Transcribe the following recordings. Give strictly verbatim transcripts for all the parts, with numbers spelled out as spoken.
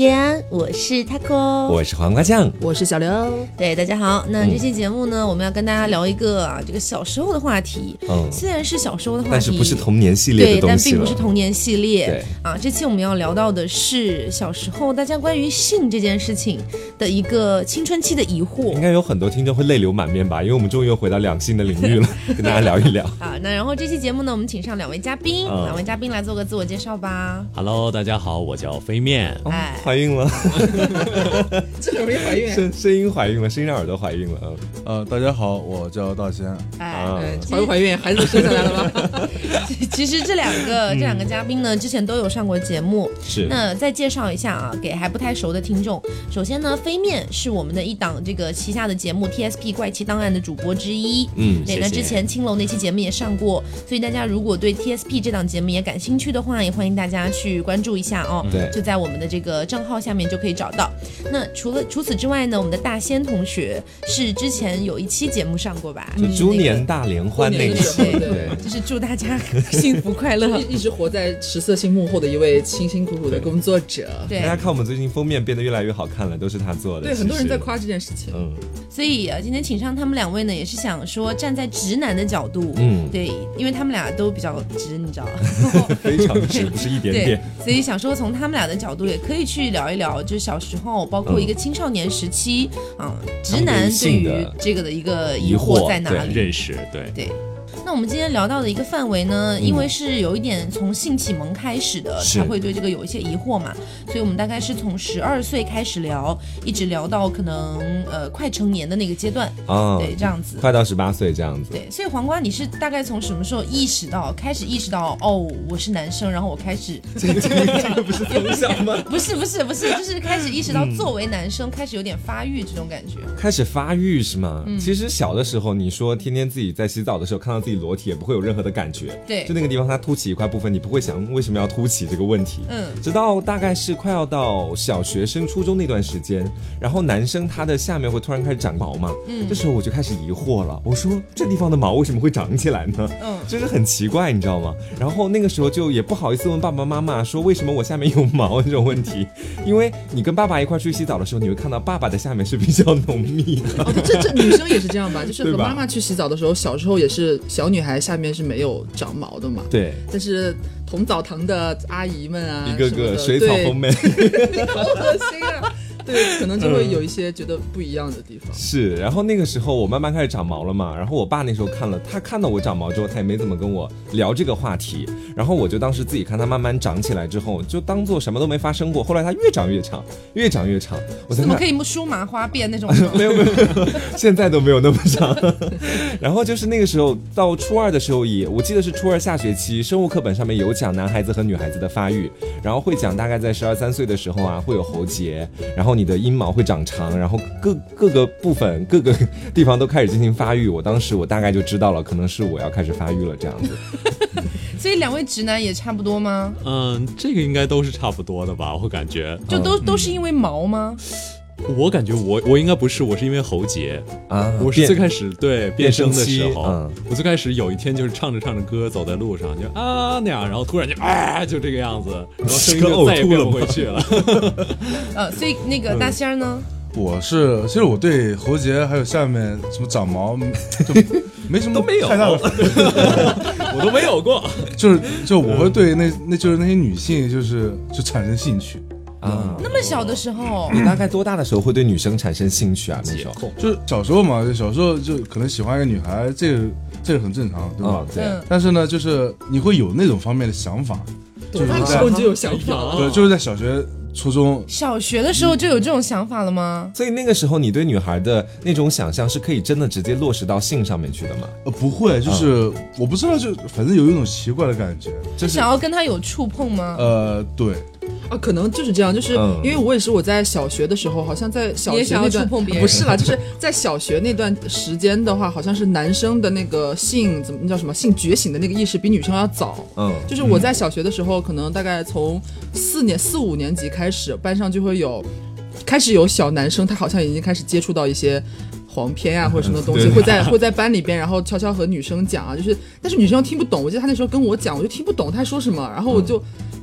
叶安，我是 Taco， 我是黄瓜酱， 我是小刘。 对，大家好。那这期节目呢，嗯、我们要跟大家聊一个啊，这个小时候的话题。嗯，虽然是小时候的话题， 但是不是童年系列的东西了。 对，但并不是童年系列。 对啊，这期我们要聊到的是小时候大家关于性这件事情的一个青春期的疑惑。 应该有很多听众会泪流满面吧，因为我们终于又回到两性的领域了，跟大家聊一聊。 啊，那然后这期节目呢，我们请上两位嘉宾，嗯、两位嘉宾来做个自我介绍吧。 Hello， 大家好，我叫飞面。 哦、怀孕了。 这很容易怀孕， 声声音怀孕了，声音让耳朵怀孕了。嗯， 呃，大家好，我叫大仙。 哎，啊、怀不怀孕？孩子生下来了吗？ 其实这两个、嗯、这两个嘉宾呢，之前都有上过节目。 是。 那再介绍一下啊，给还不太熟的听众。首先呢，飞面是我们的一档这个旗下的节目 T S P 怪奇档案的主播之一。 嗯， 对。那之前青楼那期节目也上过，所以大家如果对 T S P 这档节目也感兴趣的话，也欢迎大家去关注一下哦。 对。 就在我们的这个账号下面就可以找到。那除了除此之外呢，我们的大仙同学是之前有一期节目上过吧？ 就猪年大联欢那个时候， 对，对就是祝大家幸福快乐。 一直活在十色星幕后的一位辛辛苦苦的工作者。 对， 大家看我们最近封面变得越来越好看了，都是他做的。 对，很多人在夸这件事情。 嗯， 所以啊，今天请上他们两位呢，也是想说站在直男的角度， 嗯， 对，因为他们俩都比较直，你知道非常直，不是一点点。 对，所以想说从他们俩的角度，也可以去聊一聊，就是小时候，包括一个青少年时期，啊、嗯，直男对于这个的一个疑惑在哪里？ 认识，对对。那我们今天聊到的一个范围呢，因为是有一点从性启蒙开始的，嗯、才会对这个有一些疑惑嘛，所以我们大概是从十二岁开始聊，一直聊到可能呃快成年的那个阶段， 哦、 对，这样子， 快到十八岁这样子。 对，所以黄瓜，你是大概从什么时候意识到，开始意识到哦，我是男生，然后我开始这个这个不是从小吗？ 不是不是不是，就是开始意识到作为男生、嗯、开始有点发育这种感觉。 开始发育是吗？ 嗯、 其实小的时候，你说天天自己在洗澡的时候看到自己裸体，也不会有任何的感觉。 对， 就那个地方它凸起一块部分，你不会想为什么要凸起这个问题。 嗯， 直到大概是快要到小学升初中那段时间，然后男生他的下面会突然开始长毛嘛。 嗯， 这时候我就开始疑惑了，我说这地方的毛为什么会长起来呢？ 嗯， 就是很奇怪，你知道吗？然后那个时候就也不好意思问爸爸妈妈说为什么我下面有毛这种问题，因为你跟爸爸一块去洗澡的时候，你会看到爸爸的下面是比较浓密的。 哦，这这女生也是这样吧？就是和妈妈去洗澡的时候，小时候也是小女孩下面是没有长毛的嘛。 对， 但是同澡堂的阿姨们啊， 一个个水草丰美， 好恶心啊！对，可能就会有一些觉得不一样的地方。 嗯、是，然后那个时候我慢慢开始长毛了嘛，然后我爸那时候看了，他看到我长毛之后，他也没怎么跟我聊这个话题，然后我就当时自己看他慢慢长起来之后，就当做什么都没发生过。后来他越长越长，越长越长，我怎么可以梳麻花辫那种？ 没有没有，现在都没有那么长。然后就是那个时候到初二的时候也，我记得是初二下学期，生物课本上面有讲男孩子和女孩子的发育，然后会讲大概在十二三岁的时候啊，会有喉结，然后你的阴毛会长长，然后各各个部分各个地方都开始进行发育。我当时我大概就知道了，可能是我要开始发育了这样子。 所以两位直男也差不多吗？ 嗯，这个应该都是差不多的吧，我会感觉。 就都、 嗯、 都是因为毛吗？ 我感觉我我应该不是，我是因为喉结啊。 我是最开始对变声的时候、 嗯， 我最开始有一天就是唱着唱着歌走在路上就啊那样，然后突然就啊就这个样子，然后声音就再也变不回去了。 呃，所以那个大仙儿呢？ 嗯我是，其实我对喉结还有下面什么长毛就没什么都没有太大的， 我都没有过。 就是就我会对那那就是那些女性就是就产生兴趣啊。 那么小的时候， 你大概多大的时候会对女生产生兴趣啊？那时候就是小时候嘛，小时候就可能喜欢一个女孩，这个这个很正常，对吧？ 哦、对、 嗯。 但是呢，就是你会有那种方面的想法， 就是那时候你就有想法， 对，就是在小学。初中小学的时候就有这种想法了吗？ 所以那个时候你对女孩的那种想象是可以真的直接落实到性上面去的吗？ 呃，不会，就是、嗯、我不知道，就反正有一种奇怪的感觉， 就是想要跟她有触碰吗？ 呃，对。 啊，可能就是这样，就是因为我也是我在小学的时候，好像在小学那段触碰别人， 不是啦，就是在小学那段时间的话，好像是男生的那个性怎么叫什么性觉醒的那个意识比女生要早。 嗯， 就是我在小学的时候，可能大概从四年四五年级开始，班上就会有开始有小男生，他好像已经开始接触到一些黄片啊或者什么东西，会在会在班里边，然后悄悄和女生讲啊，就是但是女生又听不懂，我记得他那时候跟我讲，我就听不懂他说什么，然后我就。嗯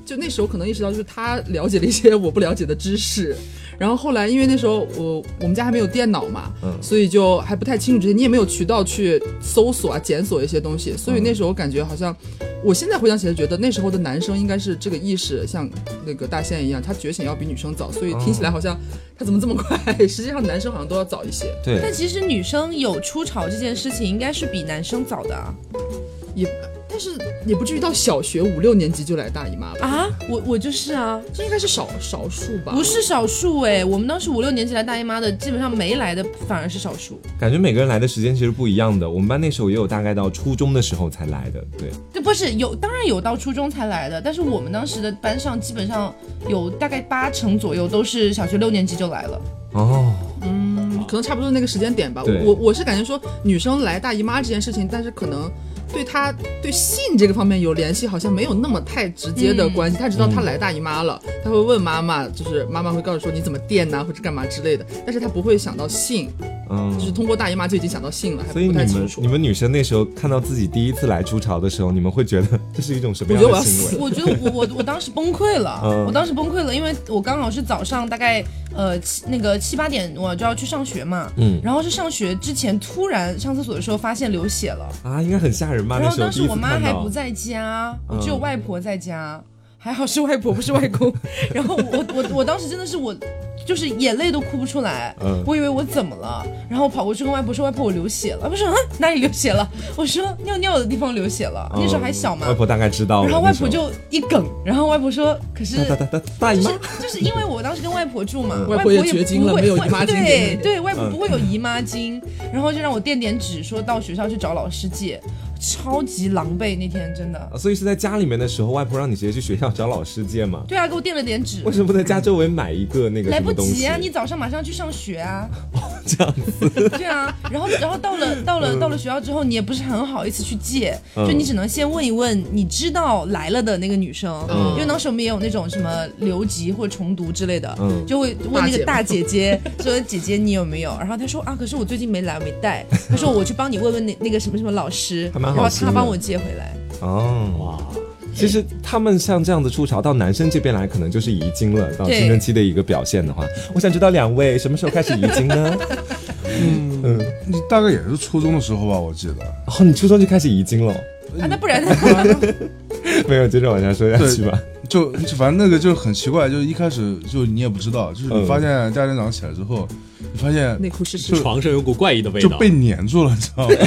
就那时候可能意识到，就是他了解了一些我不了解的知识。然后后来，因为那时候我我们家还没有电脑嘛，嗯，所以就还不太清楚这些，你也没有渠道去搜索啊、检索一些东西，所以那时候感觉好像，我现在回想起来觉得那时候的男生应该是这个意识像那个大仙一样，他觉醒要比女生早，所以听起来好像他怎么这么快？实际上男生好像都要早一些。 对， 但其实女生有初潮这件事情应该是比男生早的啊。 也。但是也不至于到小学五六年级就来大姨妈吧？ 啊，我我就是啊， 这应该是少少数吧？ 不是少数哎，我们当时五六年级来大姨妈的，基本上没来的反而是少数。 感觉每个人来的时间其实不一样的。我们班那时候也有大概到初中的时候才来的，对。 对，不是有，当然有到初中才来的，但是我们当时的班上基本上有大概八成左右都是小学六年级就来了。 哦。 嗯，可能差不多那个时间点吧。我我是感觉说女生来大姨妈这件事情，但是可能。对他对性这个方面有联系，好像没有那么太直接的关系。嗯、他知道他来大姨妈了，嗯、他会问妈妈，就是妈妈会告诉说你怎么垫呐、啊，或者干嘛之类的。但是他不会想到性，嗯，就是通过大姨妈就已经想到性了，还不太清楚。 所以你们你们女生那时候看到自己第一次来初潮的时候，你们会觉得这是一种什么样的行为？ 我觉得我我我当时崩溃了，嗯、我当时崩溃了，因为我刚好是早上大概呃七那个七八点我就要去上学嘛，嗯，然后是上学之前突然上厕所的时候发现流血了啊，应该很吓人。 然后当时我妈还不在家，我只有外婆在家，还好是外婆不是外公。然后我我我当时真的是我就是眼泪都哭不出来，嗯、我以为我怎么了，然后跑过去跟外婆说：“外婆我流血了。”我说：“啊哪里流血了？”我说：“尿尿的地方流血了。嗯”那时候还小嘛， 外婆大概知道了。 然后外婆就一梗，然后外婆说：“可是大大大大姨妈， 就是就是因为我当时跟外婆住嘛， 外婆也绝经了，没有姨妈经。 对对，外婆不会有姨妈经，然后就让我垫点纸，说到学校去找老师借。”超级狼狈那天真的、 啊，所以是在家里面的时候，外婆让你直接去学校找老师借吗？ 对啊，给我垫了点纸。 为什么不在家周围买一个那个什么东西？ 来不及啊，你早上马上去上学啊。 哦，这样子。 对啊，然后然后到了到了、嗯、到了学校之后，你也不是很好意思去借，嗯、就你只能先问一问你知道来了的那个女生，嗯、因为当时我们也有那种什么留级或重读之类的，嗯、就会问那个大姐姐说姐姐你有没有？然后她说啊，可是我最近没来没带。她说我去帮你问问那那个什么什么老师，然后她帮我借回来。 哦，哇，其实他们像这样子初潮到男生这边来，可能就是遗精了。到青春期的一个表现的话，我想知道两位什么时候开始遗精呢？ 嗯嗯，你大概也是初中的时候吧，我记得。 哦，你初中就开始遗精了？ 啊，那不然呢？ 没有，接着往下说下去吧。 就就反正那个就很奇怪，就一开始就你也不知道，就是你发现第二天早上起来之后，你发现内裤是床上有股怪异的味道， 就被粘住了，你知道吗？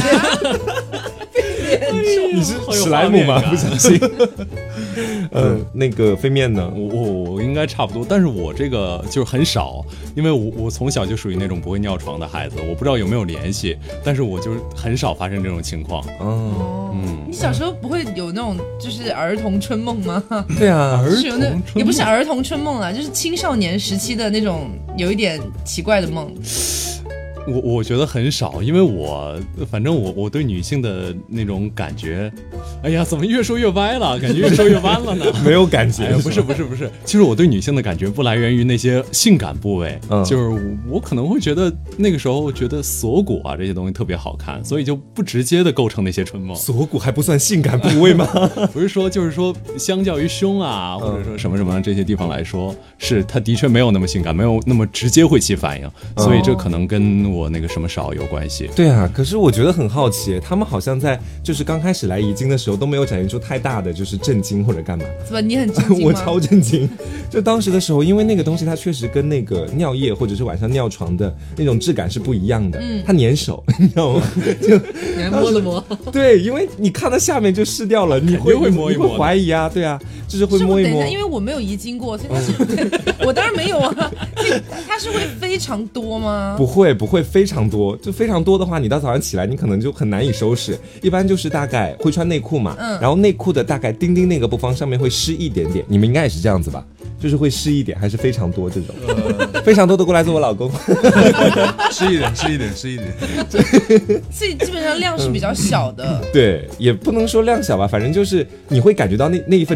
你是史莱姆吗？不相信。嗯，那个飞面呢？ 我我我应该差不多，但是我这个就是很少，因为我我从小就属于那种不会尿床的孩子，我不知道有没有联系，但是我就是很少发生这种情况。 哦，嗯，你小时候不会有那种就是儿童春梦吗？ 对啊， 儿童春梦也不是儿童春梦啦，就是青少年时期的那种有一点奇怪的梦。 我我觉得很少，因为我反正我我对女性的那种感觉，哎呀，怎么越说越歪了？感觉越说越弯了呢？ 没有感觉、 哎，不是不是不是，其实我对女性的感觉不来源于那些性感部位，嗯、就是我, 我可能会觉得那个时候觉得锁骨啊这些东西特别好看，所以就不直接的构成那些春梦。 锁骨还不算性感部位吗？ 不是说，就是说，相较于胸啊，或者说什么什么这些地方来说，是它的确没有那么性感，没有那么直接会起反应，所以这可能跟我那个什么少有关系。 对啊，可是我觉得很好奇，他们好像在就是刚开始来遗精的时候都没有展现出太大的就是震惊或者干嘛。 怎么你很震惊吗？ 我超震惊。就当时的时候，因为那个东西它确实跟那个尿液或者是晚上尿床的那种质感是不一样的，嗯，它粘手，你知道吗？就你还摸了摸。 对，因为你看到下面就湿掉了，你会会摸一摸， 你会怀疑啊，对啊，就是会摸一摸。 因为我没有遗精过，所以它是我当然没有啊。它是会非常多吗？ 不会，不会非常多。就非常多的话，你到早上起来，你可能就很难以收拾。一般就是大概会穿内裤嘛，嗯，然后内裤的大概丁丁那个部分上面会湿一点点。你们应该也是这样子吧？就是会湿一点，还是非常多这种？呃、非常多的过来做我老公。 湿一点，湿一点，湿一点。 所以基本上量是比较小的。 嗯、对，也不能说量小吧，反正就是你会感觉到那那一份潮湿。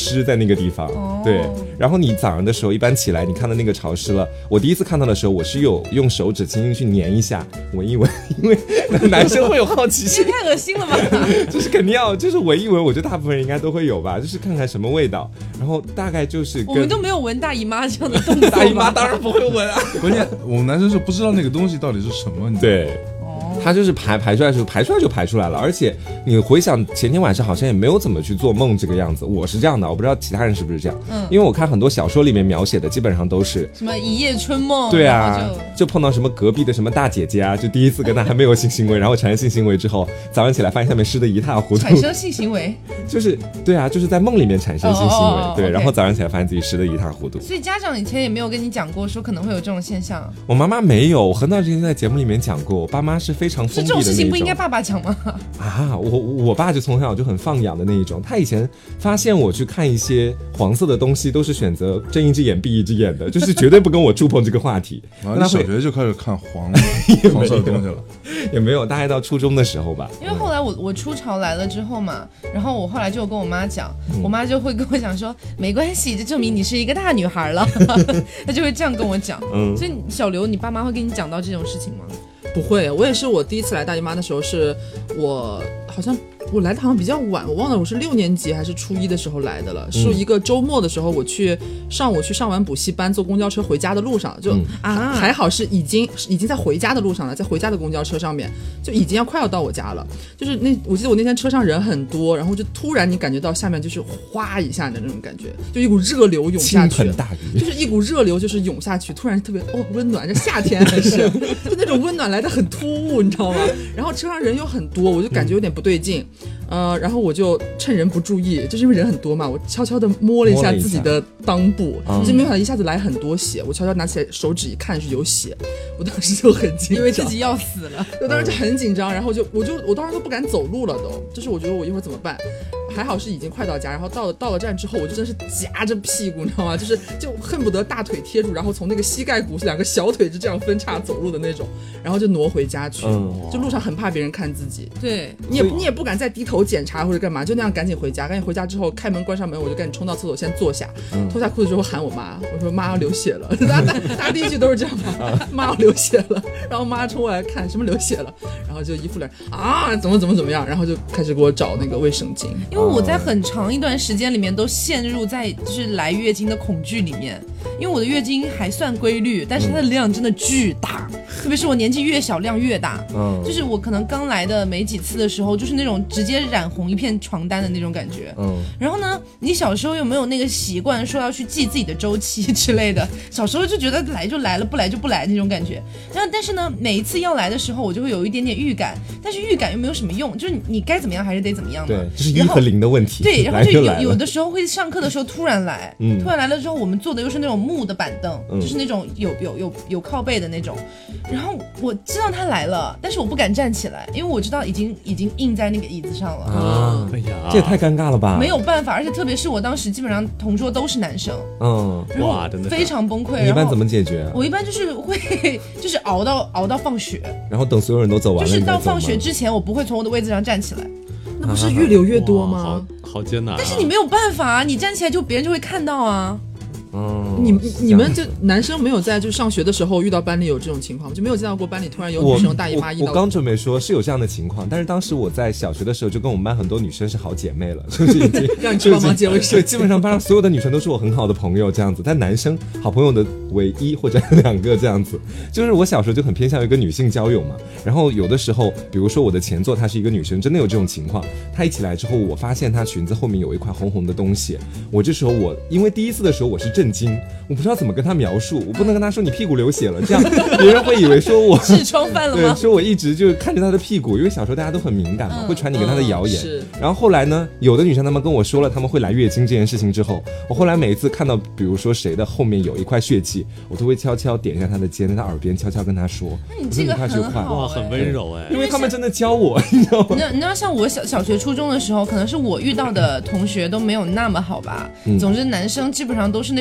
湿在那个地方。 哦、 对，然后你早上的时候一般起来，你看到那个潮湿了。我第一次看到的时候，我是有用手指轻轻去粘一下，闻一闻，因为男生会有好奇心。 也太恶心了吧！ 就是肯定要，就是闻一闻，我觉得大部分人应该都会有吧，就是看看什么味道，然后大概就是跟我们都没有闻大姨妈这样的动作。 大姨妈当然不会闻啊， 关键我们男生是不知道那个东西到底是什么，你对。它就是排排出来的时候，排出来就排出来了，而且你回想前天晚上好像也没有怎么去做梦这个样子，我是这样的，我不知道其他人是不是这样。嗯，因为我看很多小说里面描写的基本上都是什么一夜春梦， 对啊， 就, 就碰到什么隔壁的什么大姐姐啊，就第一次跟她还没有性行为，然后产生性行为之后，早上起来发现下面湿得一塌糊涂， 产生性行为， 就是对啊，就是在梦里面产生性行为， 哦哦哦对， okay 然后早上起来发现自己湿得一塌糊涂。 所以家长以前也没有跟你讲过说可能会有这种现象。 我妈妈没有，我很早之前在节目里面讲过，我爸妈是非常封闭的那种。 不应该爸爸讲吗？ 啊，我我爸就从小就很放养的那一种。他以前发现我去看一些黄色的东西，都是选择睁一只眼闭一只眼的，就是绝对不跟我触碰这个话题。 啊，你小学就开始看黄黄色的东西了？ 也没有，大概到初中的时候吧。 因为后来我我初潮来了之后嘛，然后我后来就跟我妈讲，嗯、我妈就会跟我讲说，没关系，这证明你是一个大女孩了。她就会这样跟我讲。嗯，所以小刘，你爸妈会跟你讲到这种事情吗？ 不会，我也是，我第一次来大姨妈的时候，是我好像我来的好像比较晚，我忘了我是六年级还是初一的时候来的了。是一个周末的时候，我去上午去上完补习班，坐公交车回家的路上，就、嗯、啊还好是已经已经在回家的路上了，在回家的公交车上面，就已经要快要到我家了。就是那我记得我那天车上人很多，然后就突然你感觉到下面就是哗一下的那种感觉，就一股热流涌下去， 倾盆大雨， 就是一股热流就是涌下去，突然特别哦温暖，这夏天还是就那种温暖来的很突兀，你知道吗？然后车上人又很多，我就感觉有点不对劲。呃，然后我就趁人不注意，就是因为人很多嘛，我悄悄地摸了一下自己的裆部，就没想到一下子来很多血，我悄悄拿起来手指一看是有血，我当时就很紧张， 因为自己要死了， 我当时就很紧张，然后就我就我当时都不敢走路了都，就是我觉得我一会儿怎么办？还好是已经快到家，然后到了到了站之后，我就真是夹着屁股，你知道吗？就是就恨不得大腿贴住，然后从那个膝盖骨两个小腿就这样分叉走路的那种，然后就挪回家去，嗯、就路上很怕别人看自己， 对你也你也不敢再低头检查或者干嘛，就那样赶紧回家，赶紧回家之后开门关上门，我就赶紧冲到厕所先坐下，嗯、脱下裤子之后喊我妈，我说妈要流血了，大家大家第一句都是这样嘛，妈要流血了，然后妈冲过来看什么流血了，然后就一副脸啊怎么怎么怎么样，然后就开始给我找那个卫生巾。 因为我在很长一段时间里面都陷入在就是来月经的恐惧里面，因为我的月经还算规律，但是它的量真的巨大，嗯、特别是我年纪越小量越大，嗯，就是我可能刚来的没几次的时候，就是那种直接染红一片床单的那种感觉，嗯，然后呢，你小时候有没有那个习惯说要去记自己的周期之类的？小时候就觉得来就来了，不来就不来那种感觉。然后但是呢，每一次要来的时候，我就会有一点点预感，但是预感又没有什么用，就是你该怎么样还是得怎么样嘛。 对，就是一和零的问题。 对，然后就有有的时候会上课的时候突然来，嗯，突然来了之后，我们坐的又是那种木的板凳，嗯、就是那种有有有有靠背的那种。然后我知道他来了，但是我不敢站起来，因为我知道已经已经印在那个椅子上了。 啊，哎呀，这也太尴尬了吧！ 没有办法，而且特别是我当时基本上同桌都是男生，嗯，哇，真的非常崩溃。 你一般怎么解决？ 我一般就是会就是熬到熬到放学， 然后等所有人都走完了， 就是到放学之前，我不会从我的位置上站起来。 那不是越流越多吗？ 好, 好艰难、啊。 但是你没有办法啊，你站起来就别人就会看到啊。 嗯，你你们就男生没有在就上学的时候遇到班里有这种情况吗？就没有见到过班里突然有女生大姨妈一到。 我刚准备说是有这样的情况，但是当时我在小学的时候就跟我们班很多女生是好姐妹了，就是已经让你去帮忙接卫生。 对，基本上班上所有的女生都是我很好的朋友这样子，但男生好朋友的唯一或者两个这样子。就是我小时候就很偏向于跟女性交友嘛，然后有的时候，比如说我的前座她是一个女生，真的有这种情况，她一起来之后，我发现她裙子后面有一块红红的东西，我这时候我因为第一次的时候我是震惊，我不知道怎么跟她描述，我不能跟她说你屁股流血了，这样别人会以为说我痔疮犯了吗？ 对，说我一直就看着她的屁股，因为小时候大家都很敏感嘛，嗯、会传你跟她的谣言。 嗯、 然后后来呢，有的女生她们跟我说了她们会来月经这件事情之后，我后来每一次看到比如说谁的后面有一块血迹，我都会悄悄点一下她的肩，在她耳边悄悄跟她说， 那你这个很好、欸， 哇，很温柔哎， 因为他们真的教我，你知道吗？ 你知道，你知道像我小小学初中的时候，可能是我遇到的同学都没有那么好吧。嗯、总之，男生基本上都是那种。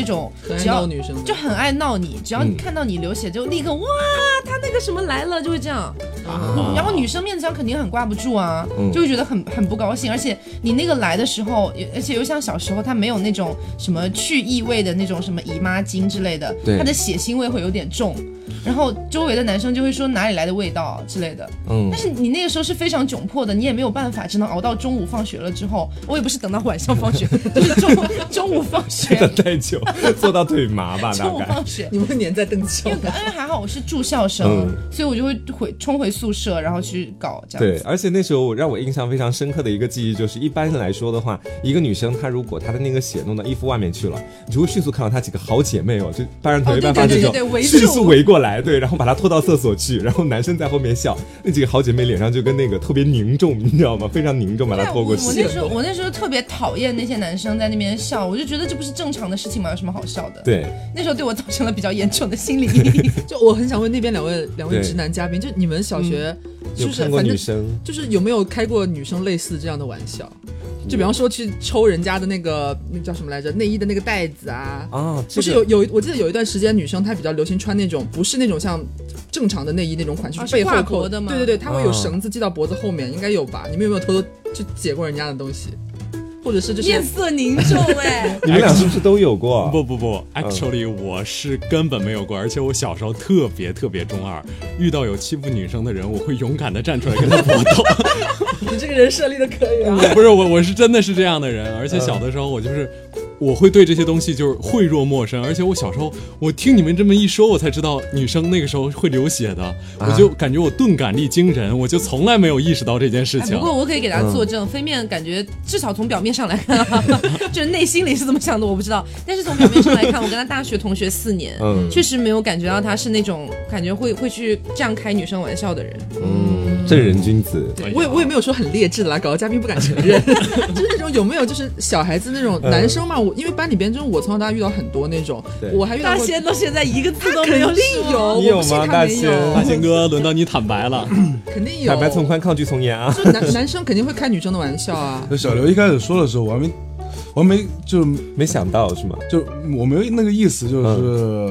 种很爱只要闹女生的就很爱闹你，只要你看到你流血就立刻哇，他那个什么来了，就会这样。 啊然后女生面子上肯定很挂不住啊， 嗯就会觉得很很不高兴。而且你那个来的时候，而且又像小时候，他没有那种什么去异味的那种什么姨妈巾之类的， 对他的血腥味会有点重。然后周围的男生就会说哪里来的味道之类的， 嗯但是你那个时候是非常窘迫的，你也没有办法，只能熬到中午放学了之后。我也不是等到晚上放学，就是中中午放学， 等太久，做到腿麻吧，大中午概。 放学。 你们会粘在凳子上因为因为还好我是住校生， 嗯所以我就会回冲回宿舍，然后去搞这样子。 对，而且那时候让我印象非常深刻的一个记忆就是，一般来说的话，一个女生她如果她的那个血弄到衣服外面去了，你就会迅速看到她几个好姐妹哦，就班上同学班发这种，迅速围过来，对，然后把她拖到厕所去，然后男生在后面笑，那几个好姐妹脸上就跟那个特别凝重，你知道吗？非常凝重，把她拖过去。 我那时候我那时候特别讨厌那些男生在那边笑，我就觉得这不是正常的事情吗？有什么好笑的？ 对， 那时候对我造成了比较严重的心理阴影。 就我很想问那边两位两位直男嘉宾，就你们小学、 嗯、 就是有看过反正女生， 就是有没有开过女生类似这样的玩笑？就比方说去抽人家的那个那叫什么来着，内衣的那个带子啊。 啊， 不是有有，我记得有一段时间女生她比较流行穿那种不是那种像正常的内衣那种款式， 啊、 是背后是扣的吗？ 对对对，它会有绳子系到脖子后面，应该有吧？你们有没有偷偷去解过人家的东西？或者是就是面色凝重哎， 你们俩是不是都有过？ 不不不 ，actually、嗯、我是根本没有过，而且我小时候特别特别中二，遇到有欺负女生的人，我会勇敢的站出来跟他搏斗。 你这个人设立的可以啊！ 不是我，我是真的是这样的人，而且小的时候我就是。我会对这些东西就是讳若陌生，而且我小时候我听你们这么一说，我才知道女生那个时候会流血的，啊、我就感觉我钝感力惊人，我就从来没有意识到这件事情。 哎、不过我可以给大家作证，嗯、飞面感觉至少从表面上来看、啊，就是内心里是怎么想的我不知道，但是从表面上来看，我跟他大学同学四年，嗯，确实没有感觉到他是那种感觉会会去这样开女生玩笑的人。 嗯，正人君子。 我也我也没有说很劣质的啦，搞得嘉宾不敢承认。就是那种有没有就是小孩子那种男生嘛，我因为班里边就是我从小到大遇到很多那种，我还遇到过。 大仙到现在一个字都没有， 肯定有， 你有吗？大仙， 大仙哥，轮到你坦白了， 肯定有。 坦白从宽，抗拒从严啊！ 就男男生肯定会开女生的玩笑啊。 小刘一开始说的时候，我还没，我还没就没想到是吗？ 就我没有那个意思，就是。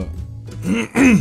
嗯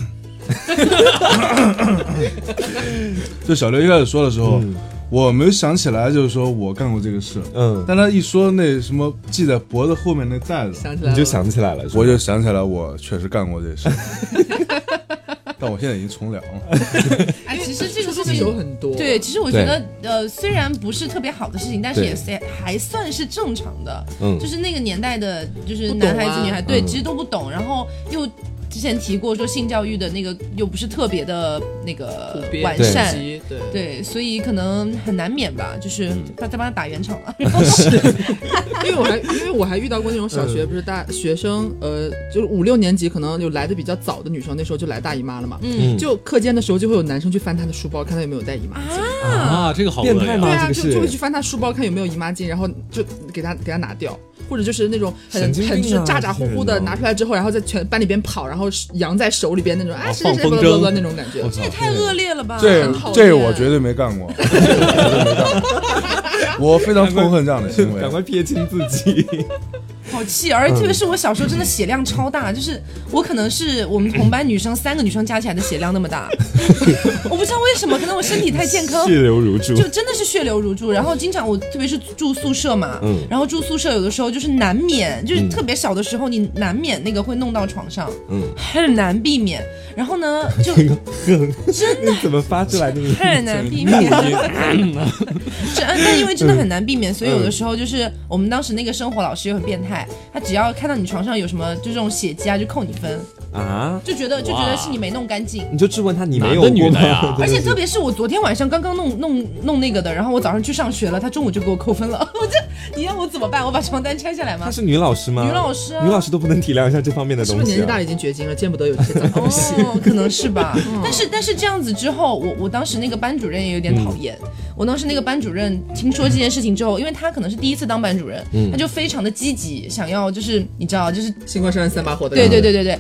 就小刘一开始说的时候，嗯、我没有想起来，就是说我干过这个事。嗯，但他一说那什么系在脖子后面那带子， 你就想起来了， 我就想起来我确实干过这事。但我现在已经从良了。 哎，其实这个事情有很多。 对，其实我觉得，呃，虽然不是特别好的事情，但是也是还算是正常的。嗯，就是那个年代的，就是男孩子、女孩，对，其实都不懂，然后又。之前提过说性教育的那个又不是特别的那个完善， 对 对, 对，所以可能很难免吧，就是他在帮他打圆场了。 因为我还因为我还遇到过那种小学、嗯、不是大学生，呃，就是五六年级可能有来的比较早的女生，那时候就来大姨妈了嘛，嗯，就课间的时候就会有男生去翻她的书包，看她有没有带姨妈巾啊, 啊，这个好变态吗？ 对啊， 这个就就会去翻她书包看有没有姨妈巾，然后就给她给她拿掉。或者就是那种很、 啊、 很就是咋咋呼呼的拿出来之后，然后在全班里边跑，然后扬在手里边那种啊，谁谁谁放风筝那种感觉， 这也太恶劣了吧！ 这这我绝对没干过，绝对没干过，我非常痛恨这样的行为， 赶快撇清自己。 好气，而且特别是我小时候真的血量超大，就是我可能是我们同班女生三个女生加起来的血量那么大，我不知道为什么，可能我身体太健康， 血流如注， 就真的是血流如注。然后经常我特别是住宿舍嘛，嗯，然后住宿舍有的时候就是难免，就是特别小的时候你难免那个会弄到床上，嗯，很难避免。然后呢，就真的怎么发出来的？ 很难避免。真但因为真的很难避免，所以有的时候就是我们当时那个生活老师又很变态，他只要看到你床上有什么就这种血迹啊，就扣你分啊，就觉得就觉得是你没弄干净， 你就质问他你没有过女的呀？ 而且特别是我昨天晚上刚刚弄弄弄那个的，然后我早上去上学了，他中午就给我扣分了，我这你让我怎么办？我把床单拆下来吗？ 她是女老师吗？ 女老师、啊， 女老师都不能体谅一下这方面的东西、啊， 是不是年纪大已经绝经了，见不得有这些脏东西？ 哦，可能是吧。嗯、但是但是这样子之后，我我当时那个班主任也有点讨厌。嗯、我当时那个班主任听说这件事情之后，因为他可能是第一次当班主任，嗯、他就非常的积极，想要就是你知道就是新官上任三把火的。 对对对对对。然后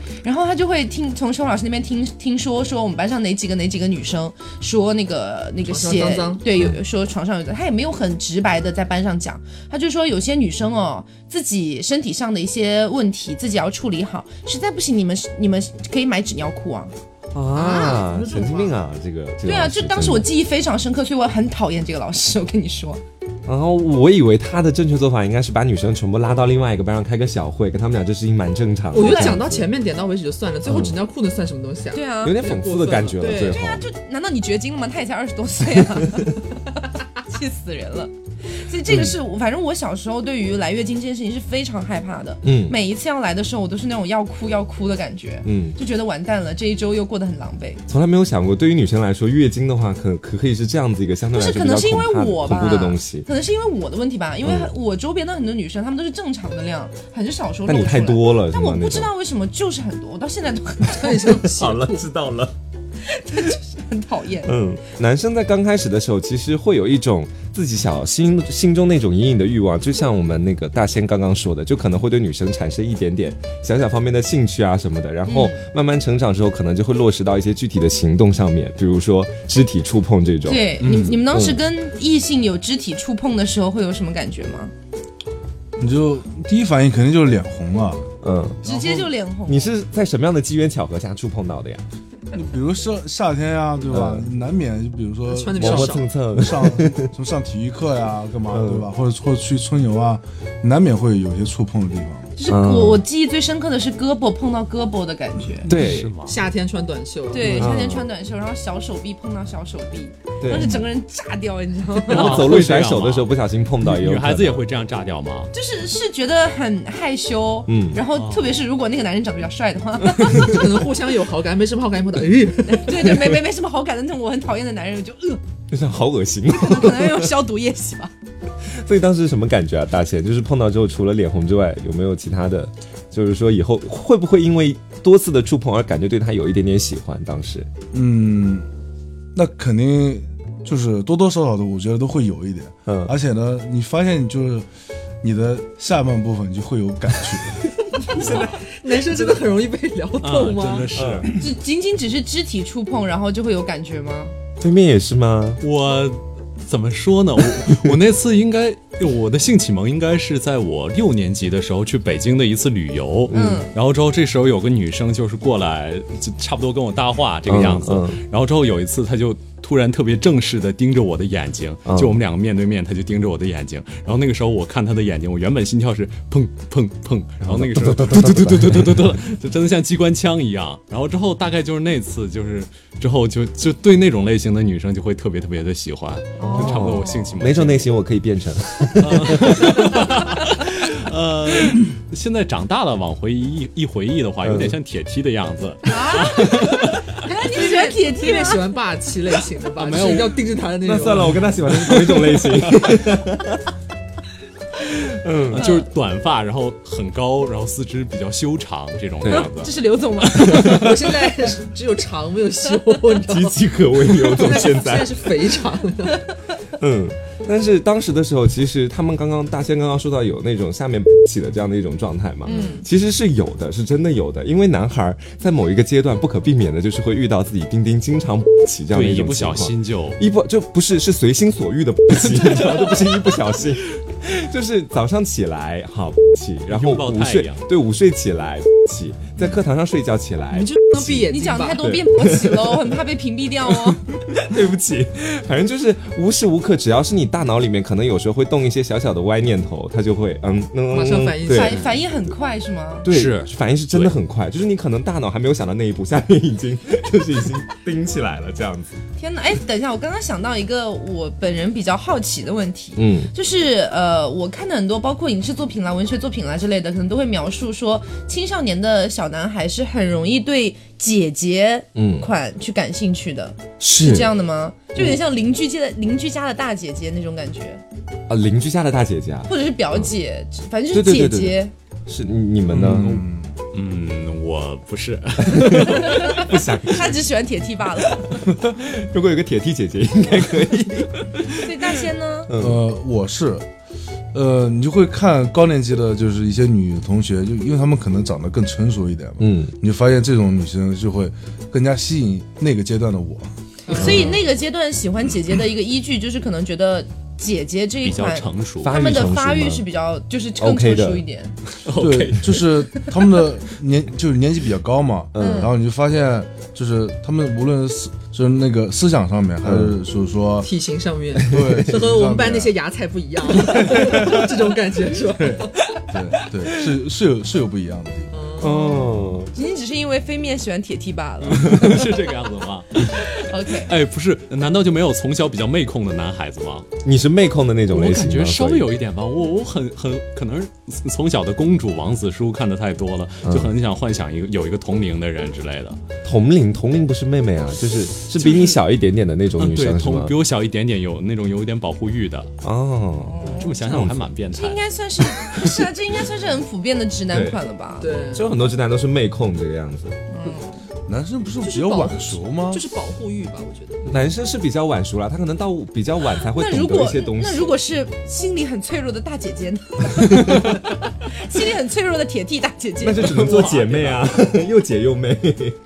后他就会听从生活老师那边听听说说我们班上哪几个哪几个女生说那个那个血脏脏对有说床上有他也没有很直白的在班上讲，他就说有些女生哦自己身体上的一些问题自己要处理好，实在不行你们你们可以买纸尿裤啊。 啊，神经病啊！这个，这个对啊，就当时我记忆非常深刻，所以我很讨厌这个老师。我跟你说， 然后我以为他的正确做法应该是把女生全部拉到另外一个班上开个小会，跟他们俩这事情蛮正常的。 我觉得讲到前面点到为止就算了，最后纸尿裤能算什么东西啊？ 对啊， 有点讽刺的感觉了。最后， 对啊，就难道你绝经了吗？他也才二十多岁啊，气死人了。所以这个是、嗯、反正我小时候对于来月经这件事情是非常害怕的。嗯，每一次要来的时候，我都是那种要哭要哭的感觉。嗯，就觉得完蛋了，这一周又过得很狼狈。 从来没有想过，对于女生来说，月经的话，可可可以是这样子一个相对来说比较恐怖恐怖的东西。 可能是因为我的问题吧，因为我周边的很多女生，她们都是正常的量，很少说。 但你太多了， 但我不知道为什么就是很多，我到现在都很很想好了，知道了。 他就是很讨厌。 嗯，男生在刚开始的时候，其实会有一种自己小心心中那种隐隐的欲望，就像我们那个大仙刚刚说的，就可能会对女生产生一点点小小方面的兴趣啊什么的，然后慢慢成长之后，可能就会落实到一些具体的行动上面，比如说肢体触碰这种。 对，嗯、你你们当时跟异性有肢体触碰的时候，会有什么感觉吗？ 你就第一反应肯定就是脸红了， 嗯， 直接就脸红。 你是在什么样的机缘巧合下触碰到的呀？ 比如说夏天呀，对吧？ 嗯、 难免就比如说磨磨蹭蹭上什么上体育课呀，干嘛对吧？或者或者去春游啊，难免会有些触碰的地方。 就是我我记忆最深刻的是胳膊碰到胳膊的感觉， 对， 是吗？ 夏天穿短袖， 对，夏天穿短袖，然后小手臂碰到小手臂，当时整个人炸掉，你知道吗？ 然后走路甩手的时候不小心碰到， 女孩子也会这样炸掉吗？ 就是是觉得很害羞，嗯，然后特别是如果那个男人长得比较帅的话， 可能互相有好感，没什么好感碰到，哎， 对对，没没没什么好感的那种我很讨厌的男人就呃， 就像好恶心， 可能要用消毒液洗吧。 所以当时是什么感觉啊？大仙就是碰到之后，除了脸红之外，有没有其他的？就是说以后会不会因为多次的触碰而感觉对他有一点点喜欢？当时， 嗯，那肯定就是多多少少的，我觉得都会有一点。嗯，而且呢，你发现就是你的下半部分就会有感觉。 现在男生真的很容易被撩动吗？ 啊、真的是， 只仅仅只是肢体触碰，然后就会有感觉吗？ 对面也是吗？ 我。怎么说呢？我我那次应该我的性启蒙应该是在我六年级的时候去北京的一次旅游，嗯，然后之后这时候有个女生就是过来，就差不多跟我搭话这个样子，嗯嗯、然后之后有一次她就突然特别正式的盯着我的眼睛，嗯、就我们两个面对面，她就盯着我的眼睛，然后那个时候我看她的眼睛，我原本心跳是砰砰砰，然后那个时候嘟嘟嘟嘟嘟嘟嘟嘟，就真的像机关枪一样，然后之后大概就是那次就是之后就就对那种类型的女生就会特别特别的喜欢。就差不多我性启蒙， 哪种类型我可以变成？ 呃，现在长大了，往回一一回忆的话，有点像铁梯的样子。 啊？你喜欢铁梯吗？ 喜欢霸气类型的吧？啊、没有，要盯着他的那种。 那算了，我跟他喜欢的是同一种类型。 嗯，就是短发，然后很高，然后四肢比较修长这种样子。 这是刘总吗？ 我现在只有长没有修， 岌岌可危。刘总现在现在是肥长的。 嗯，但是当时的时候，其实他们刚刚大仙刚刚说到有那种下面起的这样的一种状态嘛，嗯，其实是有的，是真的有的，因为男孩在某一个阶段不可避免的就是会遇到自己丁丁经常起这样的一种情况， 一不小心就一不就不是是随心所欲的起，你知道，都不是一不小心，就是早上起来好起，然后午睡对午睡起来起，在课堂上睡觉起来， 你就能闭眼睛吧？ 你讲太多变不起了，我很怕被屏蔽掉哦。 对不起，反正就是无时无刻，只要是你大脑里面可能有时候会动一些小小的歪念头，它就会嗯嗯马上反应， 反反应很快是吗？ 对，是反应是真的很快，就是你可能大脑还没有想到那一步，下面已经就是已经盯起来了这样子。 天哪，哎，等一下，我刚刚想到一个我本人比较好奇的问题，嗯，就是呃，我看的很多包括影视作品啦、文学作品啦之类的，可能都会描述说青少年的小男孩是很容易对姐姐款去感兴趣的，嗯、是, 是这样的吗？就有点像邻居家的邻居家的大姐姐那种感觉啊，邻居家的大姐姐啊， 或者是表姐，嗯、反正就是姐姐。对对对对对， 是你们呢？ 嗯, 嗯，我不是， 不想， 他只喜欢铁梯罢了。 如果有个铁梯姐姐，应该可以。 所以大仙呢？ 呃，我是。 呃，你就会看高年级的，就是一些女同学，就因为她们可能长得更成熟一点嘛， 嗯， 你就发现这种女生就会更加吸引那个阶段的我。 所以那个阶段喜欢姐姐的一个依据就是可能觉得姐姐这一比较款成熟， 他们的发育是比较就是更成熟一点。 对，就是他们的年就是年纪比较高嘛，嗯，然后你就发现就是他们无论是就是那个思想上面，还是就是说体型上面， 对， 这和我们班那些芽菜不一样，这种感觉是吧？ 对对对，是是有是有不一样的地方。 哦， 仅仅只是因为飞面喜欢铁 T 罢了。 是这个样子吗 ？OK， 哎，不是，难道就没有从小比较妹控的男孩子吗？ 你是妹控的那种类型吗？ 我感觉稍微有一点吧，我我很很可能从小的公主王子书看的太多了，就很想幻想一个有一个同龄的人之类的。 同龄同龄不是妹妹啊，就是是比你小一点点的那种女生， 嗯、对， 是吗？ 同比我小一点点，有那种有一点保护欲的。 哦， 这么想想我还蛮变态。 这应该算是不是啊？这应该算是很普遍的直男款了吧？ 对， 就很多直男都是妹控这个样子。 嗯， 男生不是比较晚熟吗？ 就是保护欲吧，我觉得。 男生是比较晚熟啦，他可能到比较晚才会懂得一些东西。 那如果是心里很脆弱的大姐姐呢？心里很脆弱的铁 T 大姐姐， 那就只能做姐妹啊，又姐又妹。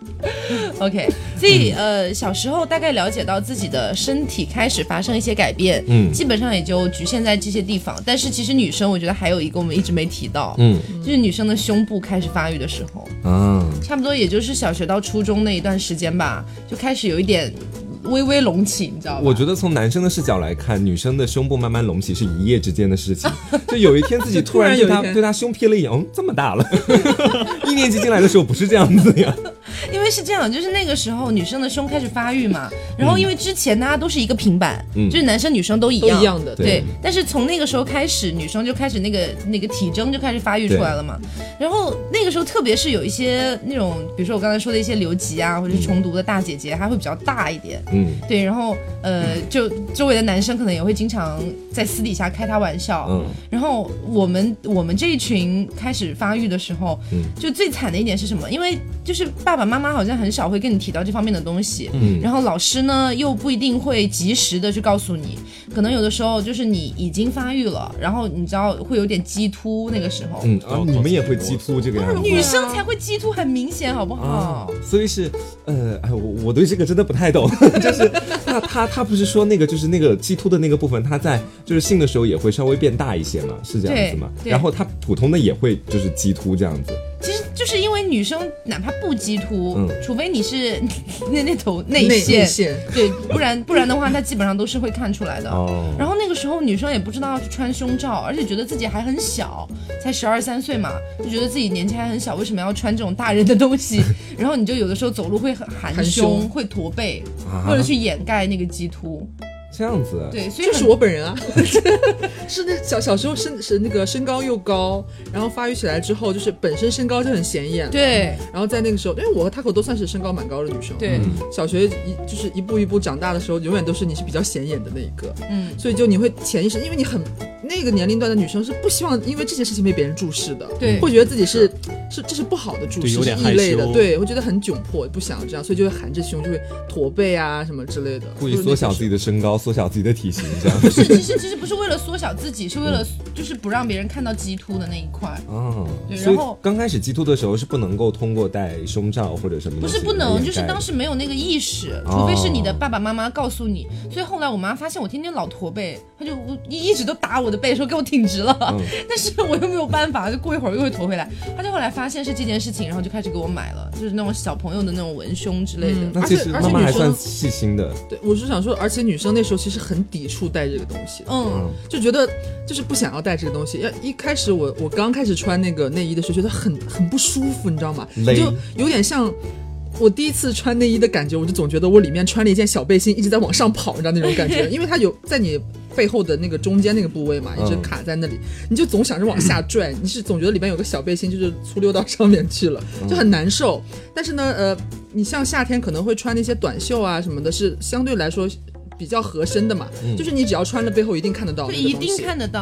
OK， 所以、嗯、呃，小时候大概了解到自己的身体开始发生一些改变，嗯，基本上也就局限在这些地方。但是其实女生，我觉得还有一个我们一直没提到，嗯，就是女生的胸部开始发育的时候，嗯，差不多也就是小学到初中那一段时间吧，就开始有一点微微隆起，你知道吗？ 我觉得从男生的视角来看，女生的胸部慢慢隆起是一夜之间的事情。就有一天自己突然对她对她胸瞥了一眼，嗯，这么大了。一年级进来的时候不是这样子呀。 因为是这样，就是那个时候女生的胸开始发育嘛，然后因为之前大家都是一个平板，嗯、就是男生女生都一样， 都一样的， 对。对但是从那个时候开始，女生就开始那个那个体征就开始发育出来了嘛。然后那个时候，特别是有一些那种，比如说我刚才说的一些留级啊，或者是重读的大姐姐，还会比较大一点，嗯，对。然后呃，就周围的男生可能也会经常在私底下开她玩笑，嗯。然后我们我们这一群开始发育的时候，嗯，就最惨的一点是什么？因为就是爸爸妈妈好像很少会跟你提到这方面的东西，嗯，然后老师呢又不一定会及时的去告诉你，可能有的时候就是你已经发育了，然后你知道会有点激突，那个时候， 嗯，啊，你们也会激突这个样子， 女生才会激突，很明显，好不好？啊、 所以是，呃，哎，我我对这个真的不太懂，就是那他他不是说那个就是那个激突的那个部分，他在就是性的时候也会稍微变大一些嘛，是这样子吗？然后他普通的也会就是激突这样子。 其实就是因为女生哪怕不激突，嗯、除非你是那那头内线， 线对，不然不然的话，她基本上都是会看出来的。哦、然后那个时候女生也不知道要去穿胸罩，而且觉得自己还很小，才十二三岁嘛，就觉得自己年纪还很小，为什么要穿这种大人的东西？然后你就有的时候走路会很含胸，胸会驼背，啊、为了去掩盖那个激突。 这样子， 对，所以就是我本人啊，是那小小时候身是那个身高又高，然后发育起来之后，就是本身身高就很显眼， 对。 然后在那个时候，因为我和 Taco 都算是身高蛮高的女生， 对。 嗯、小学一就是一步一步长大的时候，永远都是你是比较显眼的那一个，嗯。所以就你会潜意识，因为你很那个年龄段的女生是不希望因为这件事情被别人注视的， 对， 会觉得自己是是这是不好的注视， 有点是异类的，对，会觉得很窘迫，不想这样，所以就会含着胸，就会驼背啊什么之类的， 故意缩小自己的身高，缩小自己的体型。 不是，其实其实不是为了缩小自己，是为了就是不让别人看到激突的那一块。哦，对，然后刚开始激突的时候是不能够通过戴胸罩或者什么。 不是不能，就是当时没有那个意识，除非是你的爸爸妈妈告诉你。哦、所以后来我妈发现我天天老驼背，她就一一直都打我的背，说给我挺直了。嗯、但是我又没有办法，就过一会儿又会驼回来。她就后来发现是这件事情，然后就开始给我买了，就是那种小朋友的那种文胸之类的。嗯、 那其实妈妈还算细心的。 对，我是想说，而且女生那时候其实很抵触戴这个东西，嗯，就觉得就是不想要戴这个东西。要一开始我我刚开始穿那个内衣的时候，觉得很很不舒服，你知道吗？就有点像我第一次穿内衣的感觉，我就总觉得我里面穿了一件小背心，一直在往上跑，你知道那种感觉，因为它有在你背后的那个中间那个部位嘛，一直卡在那里，你就总想着往下拽，你是总觉得里面有个小背心，就是粗溜到上面去了，就很难受。但是呢，呃，你像夏天可能会穿那些短袖啊什么的，是相对来说比较合身的嘛，嗯、就是你只要穿了背后一定看得到那个东西， 一定看得到。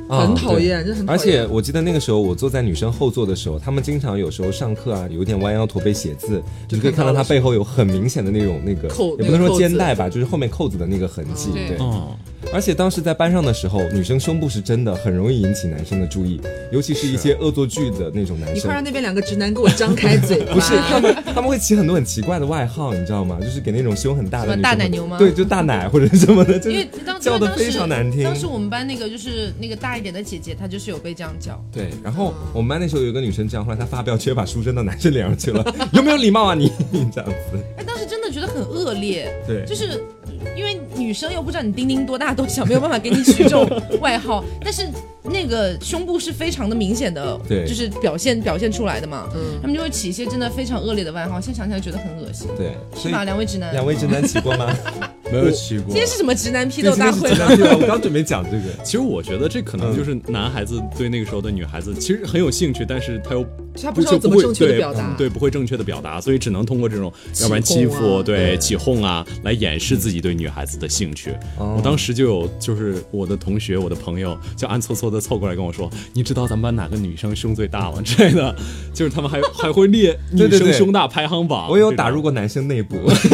很讨厌，真的很讨厌。 而且我记得那个时候我坐在女生后座的时候，他们经常有时候上课啊，有点弯腰驼背写字，就可以看到他背后有很明显的那种那个扣， 也不能说肩带吧，就是后面扣子的那个痕迹。 对。 对而且当时在班上的时候，女生胸部是真的很容易引起男生的注意，尤其是一些恶作剧的那种男生。 你快让那边两个直男给我张开嘴巴！ 不是他们，他们会起很多很奇怪的外号，你知道吗？就是给那种胸很大的女生， 大奶牛吗？ 对，就大奶或者什么的， 因为当叫的非常难听。 当时我们班那个就是那个大一点的姐姐，她就是有被这样叫。 对，然后我们班那时候有一个女生这样，后来她发飙，直接把书扔到男生脸上去了，有没有礼貌啊你？这样子。 哎，当时真的觉得很恶劣。 对， 就是因为女生又不知道你丁丁多大多小，没有办法给你取这种外号，但是那个胸部是非常的明显的， 对， 就是表现表现出来的嘛。嗯，他们就会起一些真的非常恶劣的外号，现在想起来觉得很恶心。 对， 是吧？两位直男， 两位直男起过吗？ 没有起过。 今天是什么直男批斗大会？ 我刚准备讲这个。 其实我觉得这可能就是男孩子对那个时候的女孩子其实很有兴趣，但是他又他不知道怎么正确的表达， 对，不会正确的表达，所以只能通过这种要不然欺负、对起哄啊，来掩饰自己对女孩子的兴趣。我当时就有就是我的同学、我的朋友就暗搓搓的凑过来跟我说：“你知道咱们班哪个女生胸最大吗？”之类的，就是他们还还会列女生胸大排行榜。 我有打入过男生内部。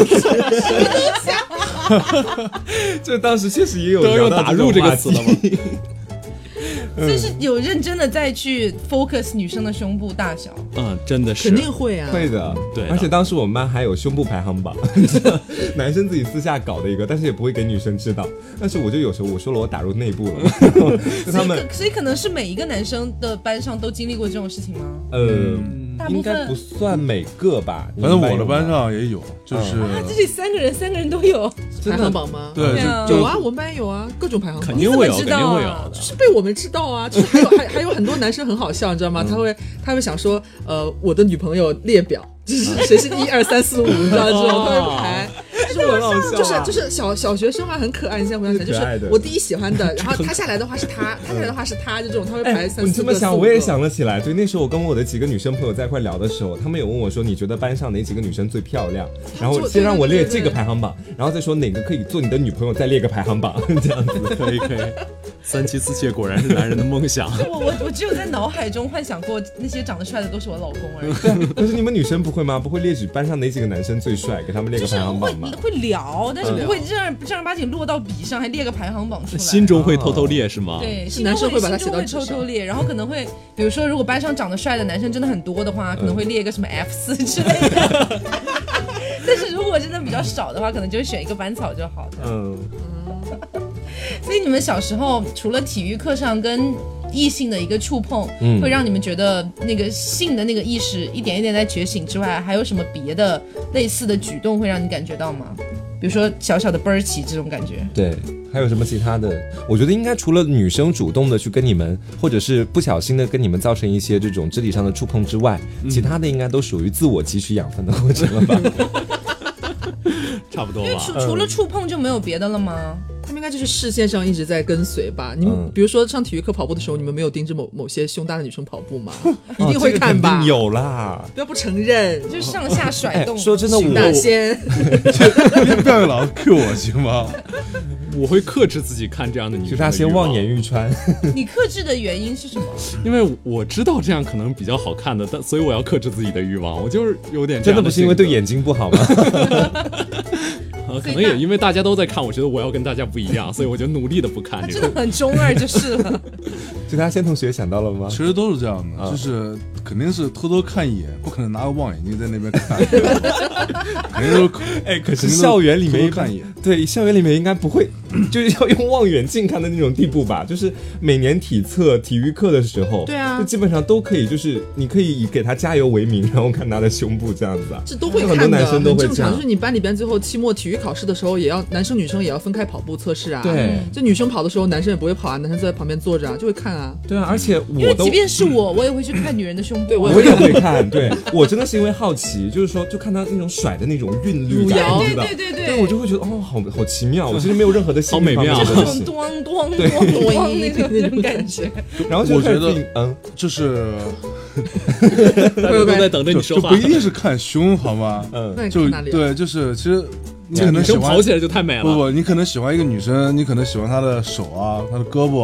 就当时确实也有聊到打入这个词了吗？ 就是有认真的再去 focus 女生的胸部大小。 嗯，真的是肯定会啊， 会的， 对。 而且当时我们班还有胸部排行榜，男生自己私下搞的一个，但是也不会给女生知道。但是我就有时候我说了，我打入内部了，就他们， 所以可能是每一个男生的班上都经历过这种事情吗？ 呃。应该不算每个吧， 反正我的班上也有，就是啊，这里三个人，三个人都有排行榜吗？ 对， 有啊，我们班也有啊，各种排行榜， 肯定会有，肯定会有， 就是被我们知道啊，就是还有还还有很多男生很好笑，你知道吗？他会他会想说，呃，我的女朋友列表，就是谁是一二三四五，你知道这种，他会排。就是我，就是就是小小学生嘛，很可爱。你现在回想起来，就是我第一喜欢的，然后他下来的话是他，他下来的话是他，就这种他会排三四个。 你这么想，我也想了起来。对，那时候我跟我的几个女生朋友在一块聊的时候，他们有问我说：“你觉得班上哪几个女生最漂亮？”然后先让我列这个排行榜，然后再说哪个可以做你的女朋友，再列个排行榜，这样子可以可以。三妻四妾果然是男人的梦想。 我我我只有在脑海中幻想过那些长得帅的都是我老公而已。 对，可是你们女生不会吗？不会列举班上哪几个男生最帅，给他们列个排行榜吗？ 会聊，但是不会正儿正儿八经落到笔上，还列个排行榜出来。 心中会偷偷列是吗？ 对， 男生会把它写到纸上，偷偷列，然后可能会，比如说如果班上长得帅的男生真的很多的话，可能会列一个什么 F 四之类的。但是如果真的比较少的话，可能就会选一个班草就好的。嗯。所以你们小时候除了体育课上跟异性的一个触碰，嗯，会让你们觉得那个性的那个意识一点一点在觉醒之外，还有什么别的类似的举动会让你感觉到吗？比如说小小的啵儿起这种感觉。 对，还有什么其他的？我觉得应该除了女生主动的去跟你们，或者是不小心的跟你们造成一些这种肢体上的触碰之外，嗯、其他的应该都属于自我汲取养分的过程了吧？ 差不多吧。 因为除除了触碰就没有别的了吗？ 他们应该就是视线上一直在跟随吧。你们、嗯、比如说上体育课跑步的时候，你们没有盯着某某些胸大的女生跑步吗？一定会看吧？ 哦这个、有啦， 不要不承认， 就是上下甩动。 哎、说真的，我大仙， 不要老 Q 我行吗？ 我会克制自己看这样的女生的欲望， 就是他先望眼欲穿。 你克制的原因是什么？ 因为我知道这样可能比较好看的，但所以我要克制自己的欲望。我就是有点这样的真的不是因为对眼睛不好吗？ 呃，可能也因为大家都在看，我觉得我要跟大家不一样，所以我就努力的不看。 他真的很中二就是了。 就他先同学想到了吗？ 其实都是这样的，啊、就是肯定是偷偷看一眼，不可能拿个望远镜在那边看。肯定都哎，可是校园里面偷偷看一眼， 对，校园里面应该不会，就是要用望远镜看的那种地步吧？就是每年体测、体育课的时候， 对啊， 就基本上都可以，就是你可以以给他加油为名，然后看他的胸部这样子啊。 这都会看的， 很多男生都会正常。就是你班里边最后期末体育考试的时候，也要男生女生也要分开跑步测试啊。 对， 就女生跑的时候，男生也不会跑啊，男生坐在旁边坐着啊，就会看啊。 对啊，而且我因为即便是我，我也会去看女人的胸部。 对， 我也会看。对，我真的是因为好奇，就是说，就看他那种甩的那种韵律感， 对对对对， 对我就会觉得哦，好好奇妙。我其实没有任何的好美妙， 咚咚咚咚咚那种那种感觉。 然后就我觉得， 嗯， 就是大家都在等着你说话， 就不一定是看胸，好吗？ 嗯， 就对，就是其实。你可能喜欢跑起来就太美了。 不不，你可能喜欢一个女生，你可能喜欢她的手啊，她的胳膊啊，或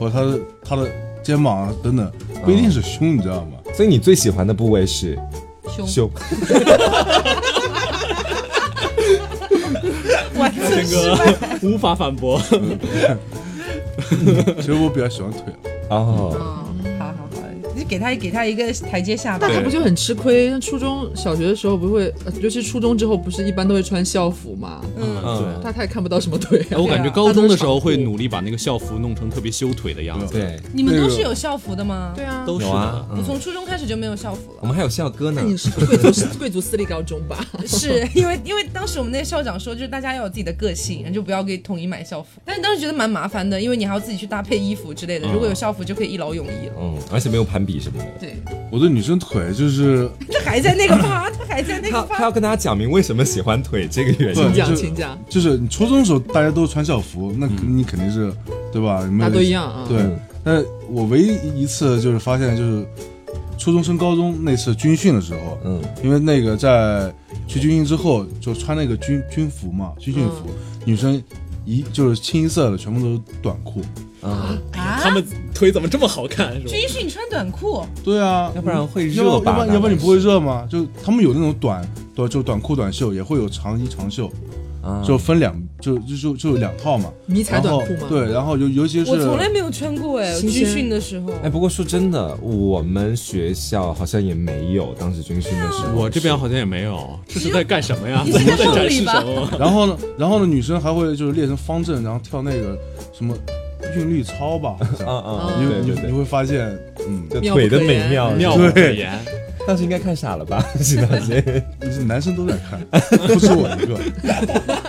或者他的他的肩膀啊等等，不一定是胸，你知道吗？ 所以你最喜欢的部位是胸胸。 完全失这败。 个无法反驳。 其实我比较喜欢腿。 哦， 嗯，好好好，你给他给他一个台阶下吧那。他不就很吃亏？像初中小学的时候不会，呃尤其初中之后不是一般都会穿校服嘛？ 嗯， 嗯， 他他也看不到什么腿啊。 我感觉高中的时候会努力把那个校服弄成特别修腿的样子。 对， 你们都是有校服的吗？ 对啊， 都是有啊的。 我从初中开始就没有校服了。 我们还有校歌呢那。你是贵族贵族私立高中吧？ 是因为因为当时我们那个校长说，就是大家要有自己的个性，就不要给统一买校服。但是当时觉得蛮麻烦的，因为你还要自己去搭配衣服之类的。如果有校服，就可以一劳永逸了。 嗯，而且没有攀比什么的。 对， 我对女生腿就是他还在那个趴，他还在那个趴。 他他要跟大家讲明为什么喜欢腿这个原因。 对请讲， 就请讲， 就是你初中的时候大家都穿校服，那你肯定是对吧？ 大家都一样啊。 对，但我唯一一次就是发现，就是初中升高中那次军训的时候， 嗯， 因为那个在去军训之后就穿那个军军服嘛，军训服，女生一就是清一色的，全部都是短裤。 啊， 他们腿怎么这么好看？是吧？ 军训穿短裤， 对啊， 要不然会要热吧？ 不要不然要不然你不会热吗？就他们有那种短短就短裤短袖，也会有长衣长袖， 啊就分两就就就就有两套嘛。 迷彩短裤吗？ 对，然后尤尤其是我从来没有穿过哎， 新鲜军训的时候。 哎，不过说真的，我们学校好像也没有，当时军训的时候。 我这边好像也没有，这是在干什么呀？ 你是在在展示送礼吧什么？ 然后呢，然后呢，女生还会就是练成方阵，然后跳那个什么韵律操吧，好像。 嗯嗯， 你对对对， 你你会发现，嗯， 就腿的美妙， 妙不可言。 当时应该看傻了吧？是当时。 是男生都在看，不是我一个。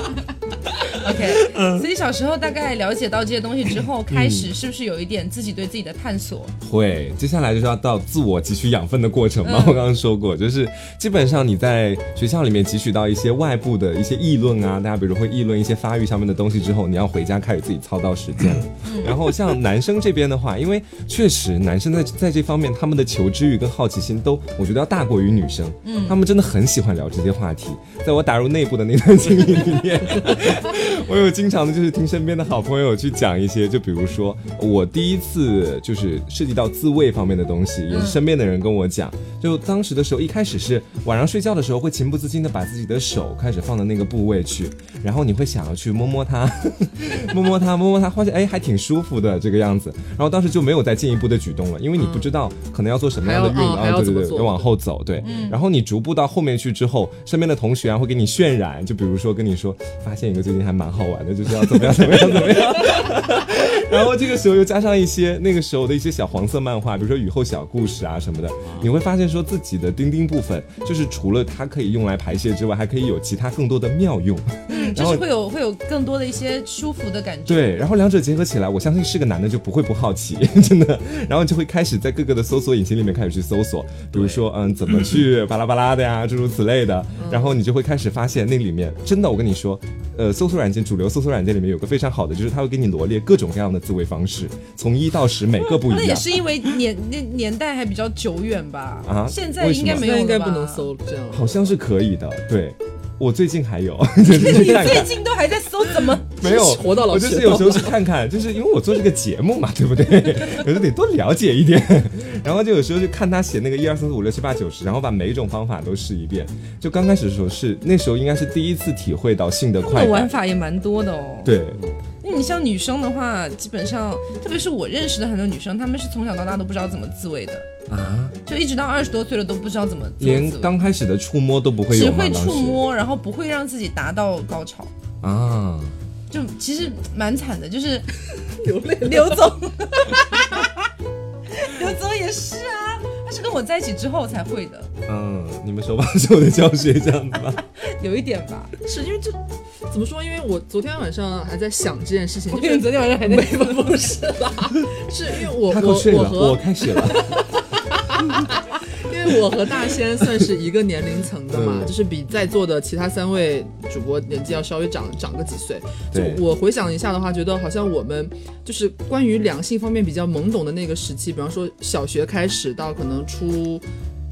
OK，所以小时候大概了解到这些东西之后，开始是不是有一点自己对自己的探索？ 会，接下来就是要到自我汲取养分的过程嘛。 嗯我刚刚说过，就是基本上你在学校里面汲取到一些外部的一些议论啊，大家比如会议论一些发育上面的东西之后，你要回家开始自己操到实践了。然后像男生这边的话，因为确实男生在在这方面他们的求知欲跟好奇心都，我觉得要大过于女生。嗯，他们真的很喜欢聊这些话题。在我打入内部的那段经历里面，我有经常的就是听身边的好朋友去讲一些，就比如说我第一次就是涉及到自慰方面的东西，也是身边的人跟我讲。就当时的时候，一开始是晚上睡觉的时候会情不自禁的把自己的手开始放到那个部位去，然后你会想要去摸摸它，摸摸它，摸摸它，发现哎还挺舒服的这个样子。然后当时就没有再进一步的举动了，因为你不知道可能要做什么样的运动， 还要啊，对对对， 怎么做要往后走，对。然后你逐步到后面去之后，身边的同学啊会给你渲染，就比如说跟你说，发现一个最近还蛮好玩的，就是要怎么样怎么样怎么样。然后这个时候又加上一些那个时候的一些小黄色漫画，比如说雨后小故事啊什么的，你会发现说自己的丁丁部分，就是除了它可以用来排泄之外，还可以有其他更多的妙用。 嗯，就是会有会有更多的一些舒服的感觉。 对，然后两者结合起来，我相信是个男的就不会不好奇，真的。然后就会开始在各个的搜索引擎里面开始去搜索，比如说嗯怎么去巴拉巴拉的呀，诸如此类的。然后你就会开始发现那里面真的，我跟你说，呃，搜索软件主流搜索软件里面有个非常好的，就是它会给你罗列各种各样的自慰方式，从一到十每个不一样。 那也是因为年那年代还比较久远吧？ 啊现在应该没有了吧， 现在应该不能搜这样。 好像是可以的，对。我最近还有， 你最近都还在搜，怎么没有活到老我就是有时候去看看，就是因为我做这个节目嘛，对不对？有时候得多了解一点，然后就有时候就看他写那个一二三四五六七八九十，然后把每一种方法都试一遍。就刚开始的时候是那时候应该是第一次体会到性的快感， 玩法也蛮多的哦。 对。 因为你像女生的话，基本上，特别是我认识的很多女生，她们是从小到大都不知道怎么自慰的啊， 就一直到二十多岁了都不知道怎么自慰， 连刚开始的触摸都不会有吗？ 只会触摸，然后不会让自己达到高潮啊， 就其实蛮惨的，就是流泪。 刘总，刘总也是啊，他是跟我在一起之后才会的。 嗯，你们手把手的教学这样子吧， 有一点吧， 是因为这怎么说？因为我昨天晚上还在想这件事情， 因为昨天晚上还在没不是啦，是因为我我我和我开始了。 因为我和大仙算是一个年龄层的嘛， 嗯、 就是比在座的其他三位主播年纪要稍微长长个几岁。就对， 我回想一下的话，觉得好像我们就是关于两性方面比较懵懂的那个时期，比方说小学开始到可能初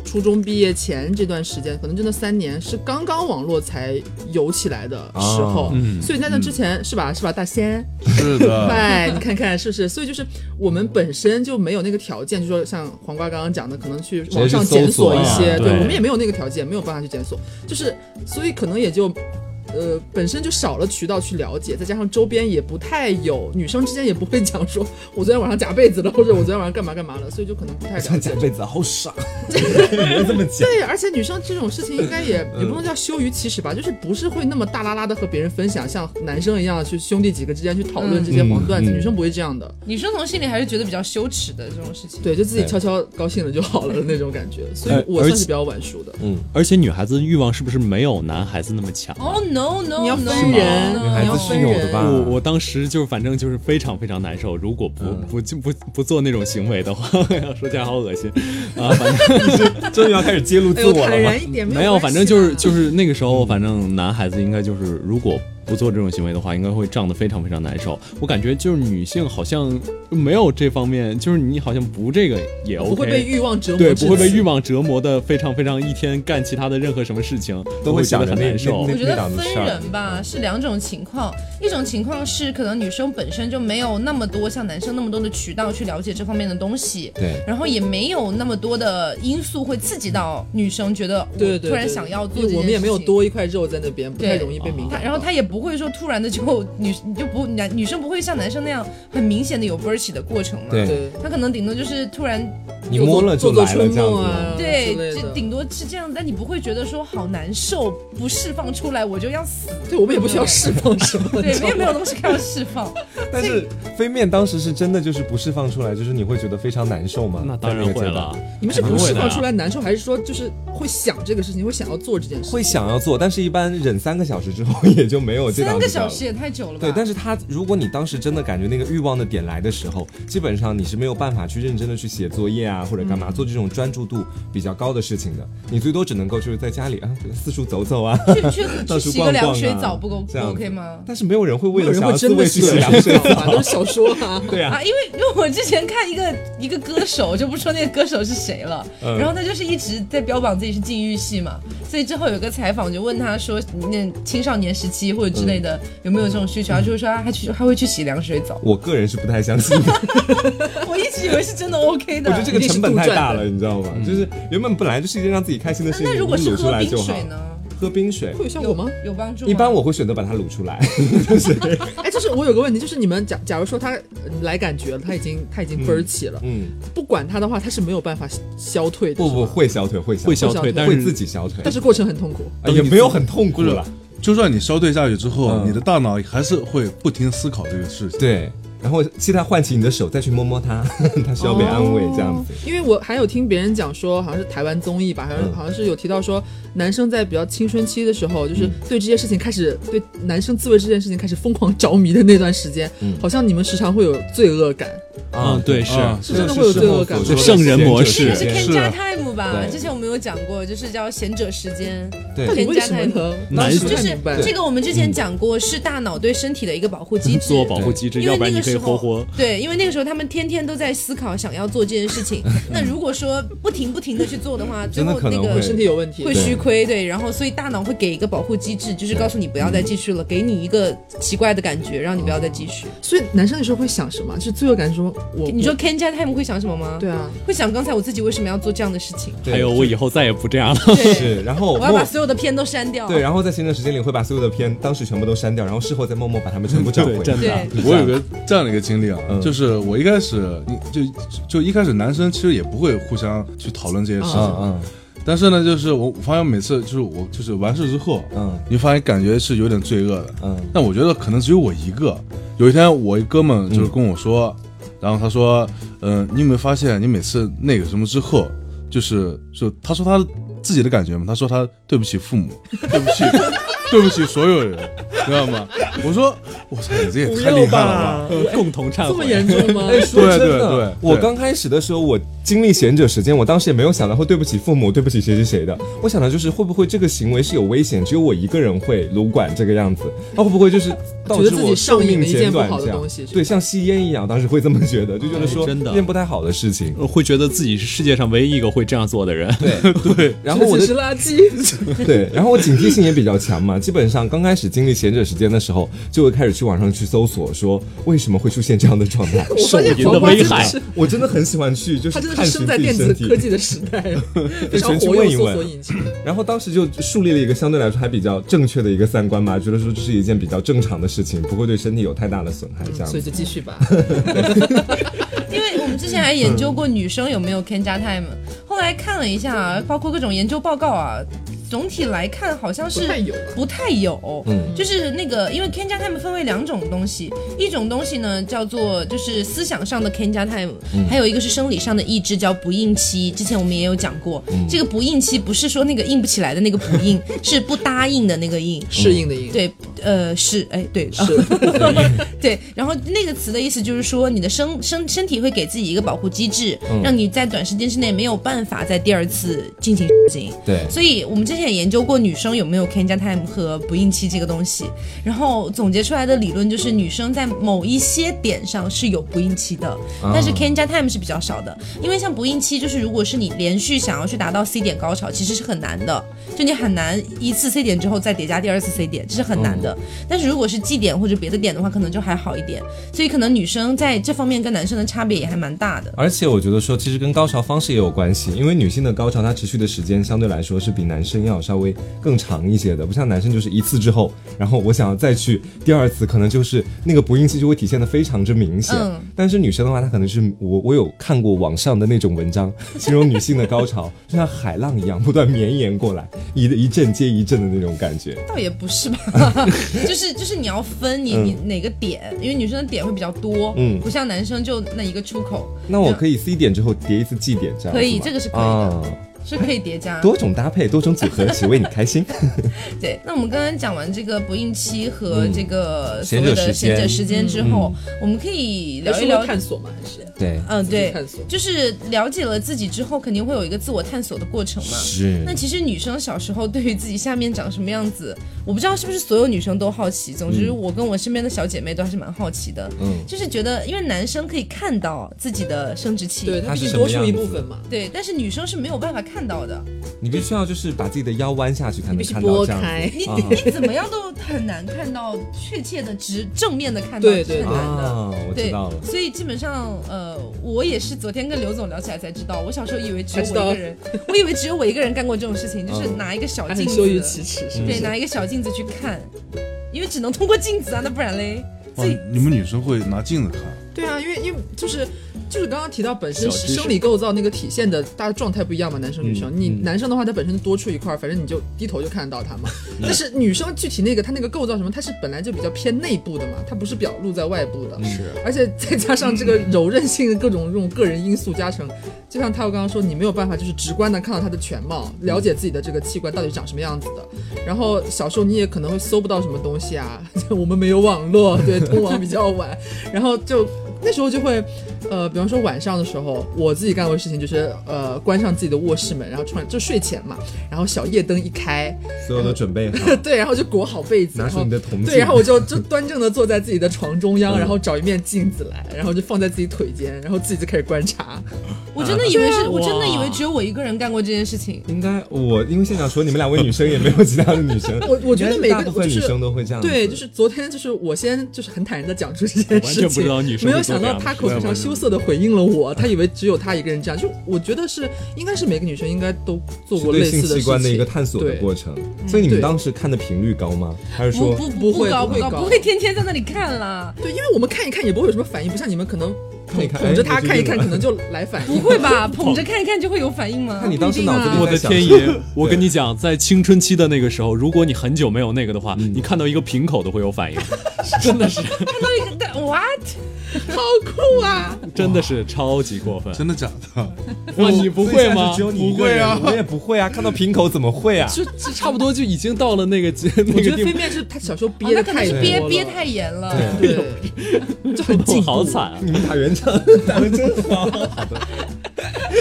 初中毕业前这段时间，可能真的三年是刚刚网络才有起来的时候， 哦嗯所以在那之前、嗯、是吧？是吧？大仙， 是的， 哎，你看看是不是？所以就是我们本身就没有那个条件，就说像黄瓜刚刚讲的，可能去网上检索一些，对, 对我们也没有那个条件，没有办法去检索，就是所以可能也就。呃，本身就少了渠道去了解，再加上周边也不太有，女生之间也不会讲说，我昨天晚上夹被子了，或者我昨天晚上干嘛干嘛了，所以就可能不太了解。 夹被子好傻，别这么讲。 对，而且女生这种事情应该也、嗯、也不能叫羞于启齿吧，就是不是会那么大拉拉的和别人分享，像男生一样去兄弟几个之间去讨论这些黄段子、嗯嗯，女生不会这样的。 女生从心里还是觉得比较羞耻的这种事情。 对，就自己悄悄高兴了就好了的那种感觉，所以我算是比较晚熟的。 嗯，而且女孩子欲望是不是没有男孩子那么强？ 哦、oh, no no， 你要分人， 女孩子是有的吧？ 我我当时就是反正就是非常非常难受，如果不、嗯、不不不不做那种行为的话，说起来好恶心啊！反正终于要开始揭露自我了、哎。 坦然一点， 没有，反正就是就是那个时候，反正男孩子应该就是如果。不做这种行为的话，应该会胀得非常非常难受。我感觉就是女性好像没有这方面，就是你好像不这个也 OK， 不会被欲望折磨， 对，不会被欲望折磨的非常非常，一天干其他的任何什么事情都会觉得很难受。 我觉得分人吧是两种情况，一种情况是可能女生本身就没有那么多像男生那么多的渠道去了解这方面的东西， 对， 然后也没有那么多的因素会刺激到女生觉得我突然想要做这件事情， 我们也没有多一块肉在那边，不太容易被敏感。 然后他也不会说突然的就女你就不男女生不会像男生那样很明显的有勃起的过程嘛， 对， 他可能顶多就是突然你摸了就来了这样子， 对，就顶多是这样，但你不会觉得说好难受，不释放出来我就要死。 对，我们也不需要释放什么， 对，没有没有东西可以要释放。 但是飞面当时是真的就是不释放出来，就是你会觉得非常难受吗？ 那当然会了。 你们是不释放出来难受，还是说就是会想这个事情，会想要做这件事？ 会想要做，但是一般忍三个小时之后也就没有这档子。 三个小时也太久了吧？ 对，但是他如果你当时真的感觉那个欲望的点来的时候，基本上你是没有办法去认真的去写作业啊，或者干嘛、嗯、做这种专注度比较高的事情的。你最多只能够就是在家里啊四处走走啊， 去去去洗个凉水澡不 OK 吗？ 但是没有人会为了想要自慰去洗凉水澡， 都是小说啊。 对啊， 啊，因为因为我之前看一个一个歌手，就不说那个歌手是谁了、嗯，然后他就是一直在标榜自己是禁欲系嘛，所以之后有个采访就问他说，那青少年时期或者之类的、嗯、有没有这种需求？他就会说他去他会去洗凉水澡。 我个人是不太相信的， 我一直以为是真的 OK 的。 我觉得这个成本太大了，你知道吗？嗯、就是原本本来就是一件让自己开心的事情， 那如果是喝冰水呢？ 喝冰水会有效果吗？ 有帮助吗？ 一般我会选择把它卤出来。就是哎，就是我有个问题，就是你们假假如说他来感觉了，他已经他已经倍儿起了，嗯，不管他的话，他是没有办法消退的。 不不会消退，会消退会消退，但是会自己消退， 但是过程很痛苦， 啊、也没有很痛苦了。 就算你消退下去之后、嗯，你的大脑还是会不停思考这个事情。 对。然后期待唤起你的手，再去摸摸它，它需要被安慰、哦、这样子。 因为我还有听别人讲说，好像是台湾综艺吧，好像、嗯、好像是有提到说，男生在比较青春期的时候，就是对这些事情开始、嗯、对男生自慰这件事情开始疯狂着迷的那段时间、嗯，好像你们时常会有罪恶感。 啊、嗯，对，是、 啊、 是真的会有罪恶感， 就圣人模式。 是 Kenja Time 吧？之前我们有讲过，就是叫贤者时间。 对 ，Kenja Time 男就是这个，我们之前讲过，是大脑对身体的一个保护机制， 自我保护机制，要不然你可以活活。 对，因为那个时候他们天天都在思考想要做这件事情。那如果说不停不停的去做的话，最后那个身体有问题， 会虚亏。对，然后所以大脑会给一个保护机制，就是告诉你不要再继续了，给你一个奇怪的感觉，让你不要再继续。 所以男生那时候会想什么？就是罪恶感，说我你说 Kenja Time 会想什么吗？ 对啊， 会想刚才我自己为什么要做这样的事情， 还有我以后再也不这样了。 是，然后我要把所有的片都删掉。 对，然后在闲着时间里会把所有的片当时全部都删掉，然后事后再默默把它们全部找回。 真的， 我有个这样的一个经历啊，嗯、就是我一开始就就一开始男生其实也不会互相去讨论这些事情，嗯。嗯但是呢，就是我发现每次就是我就是完事之后，嗯，你发现感觉是有点罪恶的，嗯，但我觉得可能只有我一个。有一天我一哥们就是跟我说，嗯、然后他说，嗯、呃，你有没有发现你每次那个什么之后，就是就他说他自己的感觉嘛，他说他对不起父母，对不起，对不起所有人，知道吗？我说，我操，你这也太厉害了吧！ 共同忏悔， 这么严重吗？ 哎，说真的， 对对对， 我刚开始的时候我。 经历贤者时间，我当时也没有想到会对不起父母，对不起谁谁谁的。我想的就是会不会这个行为是有危险，只有我一个人会撸管这个样子，那会不会就是导致我寿命减短这样？对，像吸烟一样，当时会这么觉得，就觉得说一件不太好的事情， 会觉得自己是世界上唯一一个会这样做的人。 对对，然后我的是垃圾。 对，然后我警惕性也比较强嘛，基本上刚开始经历贤者时间的时候，就会开始去网上去搜索，说为什么会出现这样的状态， 手淫的危害。 我真的很喜欢去，就是探寻自己身体。科技的时代，非常活用搜索引擎。 然后当时就树立了一个相对来说还比较正确的一个三观吧，觉得说这是一件比较正常的事情，不会对身体有太大的损害，这样、嗯。 所以就继续吧。 因为我们之前还研究过女生有没有 Kenja time，、嗯、后来看了一下，包括各种研究报告啊。总体来看好像是不太有， 不太有，嗯，就是那个，因为 Kenja time 分为两种东西，一种东西呢叫做就是思想上的 Kenja time，、嗯、还有一个是生理上的抑制叫不应期。之前我们也有讲过，嗯、这个不应期不是说那个硬不起来的那个不应，是不答应的那个应， 适应的应。 对，呃，是，哎，对，是，对。然后那个词的意思就是说，你的身身身体会给自己一个保护机制，嗯、让你在短时间之内没有办法在第二次进行行。 对， 所以我们之前也研究过女生有没有 Kenja time 和不应期这个东西，然后总结出来的理论就是女生在某一些点上是有不应期的，啊、但是 Kenja time 是比较少的。因为像不应期，就是如果是你连续想要去达到 C 点高潮，其实是很难的，就你很难一次 C 点之后再叠加第二次 C 点，这是很难的。嗯、但是如果是 G 点或者别的点的话，可能就还好一点。所以可能女生在这方面跟男生的差别也还蛮大的。 而且我觉得说，其实跟高潮方式也有关系，因为女性的高潮它持续的时间相对来说是比男生要稍微更长一些的，不像男生就是一次之后，然后我想要再去第二次，可能就是那个不应期就会体现的非常之明显。嗯、但是女生的话，她可能是我我有看过网上的那种文章，形容女性的高潮就像海浪一样不断绵延过来，一一阵接一阵的那种感觉。 倒也不是吧，就是就是你要分你、嗯、你哪个点，因为女生的点会比较多，嗯，不像男生就那一个出口。 那我可以 C 点之后叠一次 G 点，这样可以，这个是可以的。啊是可以叠加多种搭配多种组合只为你开心。 对，那我们刚刚讲完这个不应期和这个所谓的贤者时间之后、嗯、我们可以聊一聊探索嘛，还是对， 嗯对，就是了解了自己之后肯定会有一个自我探索的过程嘛。 是。 那其实女生小时候对于自己下面长什么样子，我不知道是不是所有女生都好奇，总之我跟我身边的小姐妹都还是蛮好奇的。嗯，就是觉得因为男生可以看到自己的生殖器， 对，它毕竟多出一部分嘛。 对，但是女生是没有办法看到的。 你必须要就是把自己的腰弯下去才能看到这样子， 你你你怎么样都很难看到确切的直正面的看到， 对对对， 啊，我知道了。 所以基本上呃，我也是昨天跟刘总聊起来才知道，我小时候以为只有我一个人，我以为只有我一个人干过这种事情，就是拿一个小镜子， 羞于启齿，是不是？ 对，拿一个小镜子去看，因为只能通过镜子啊，那不然嘞。 所以你们女生会拿镜子看？ 对啊，因为因为就是就是刚刚提到本身生理构造那个体现的大家状态不一样嘛，男生女生，嗯、你男生的话他本身多出一块，反正你就低头就看得到他嘛。嗯、但是女生具体那个他那个构造什么，它是本来就比较偏内部的嘛，它不是表露在外部的。 是， 而且再加上这个柔韧性的各种这种个人因素加成，就像他刚刚说，你没有办法就是直观的看到他的全貌，了解自己的这个器官到底长什么样子的。然后小时候你也可能会搜不到什么东西啊，我们没有网络，对，通网比较晚，然后就那时候就会，呃，比方说晚上的时候，我自己干过的事情就是，呃，关上自己的卧室门，然后穿就睡前嘛，然后小夜灯一开， 所有都准备好， 对，然后就裹好被子， 拿出你的铜镜， 对，然后我就就端正的坐在自己的床中央，然后找一面镜子来，然后就放在自己腿间，然后自己就开始观察。 我真的以为是，啊、我真的以为只有我一个人干过这件事情。 应该我因为现场说你们两位女生也没有其他的女生， 我我觉得每个大部分女生都会这样、就是。 对，就是昨天就是我先就是很坦然的讲出这件事情， 完全不知道女生没有想到他口齿上羞涩的回应了我，他以为只有他一个人这样。就我觉得是应该是每个女生应该都做过类似的事情， 对性器官的一个探索的过程。所以你们当时看的频率高吗？还是说不不不会高不高不会天天在那里看啦？ 对，因为我们看一看也不会有什么反应，不像你们可能。捧, 捧着他看一看，可能就来反应。 不会吧？捧着看一看就会有反应吗？ 看你当时脑子里我的天爷！我跟你讲，在青春期的那个时候，如果你很久没有那个的话，嗯、你看到一个瓶口都会有反应，真的是。看到一个 what？ 好酷啊！ 真的是超级过分。 真的假的？ 哇，你不会吗？ 只有你不会啊，我也不会啊。看到瓶口怎么会啊？ 就就差不多就已经到了那个那个。 我觉得飞面是他小时候憋的太多了，憋憋太严了， 对，对就很紧， 好惨啊！ 你们打圆场打得真好。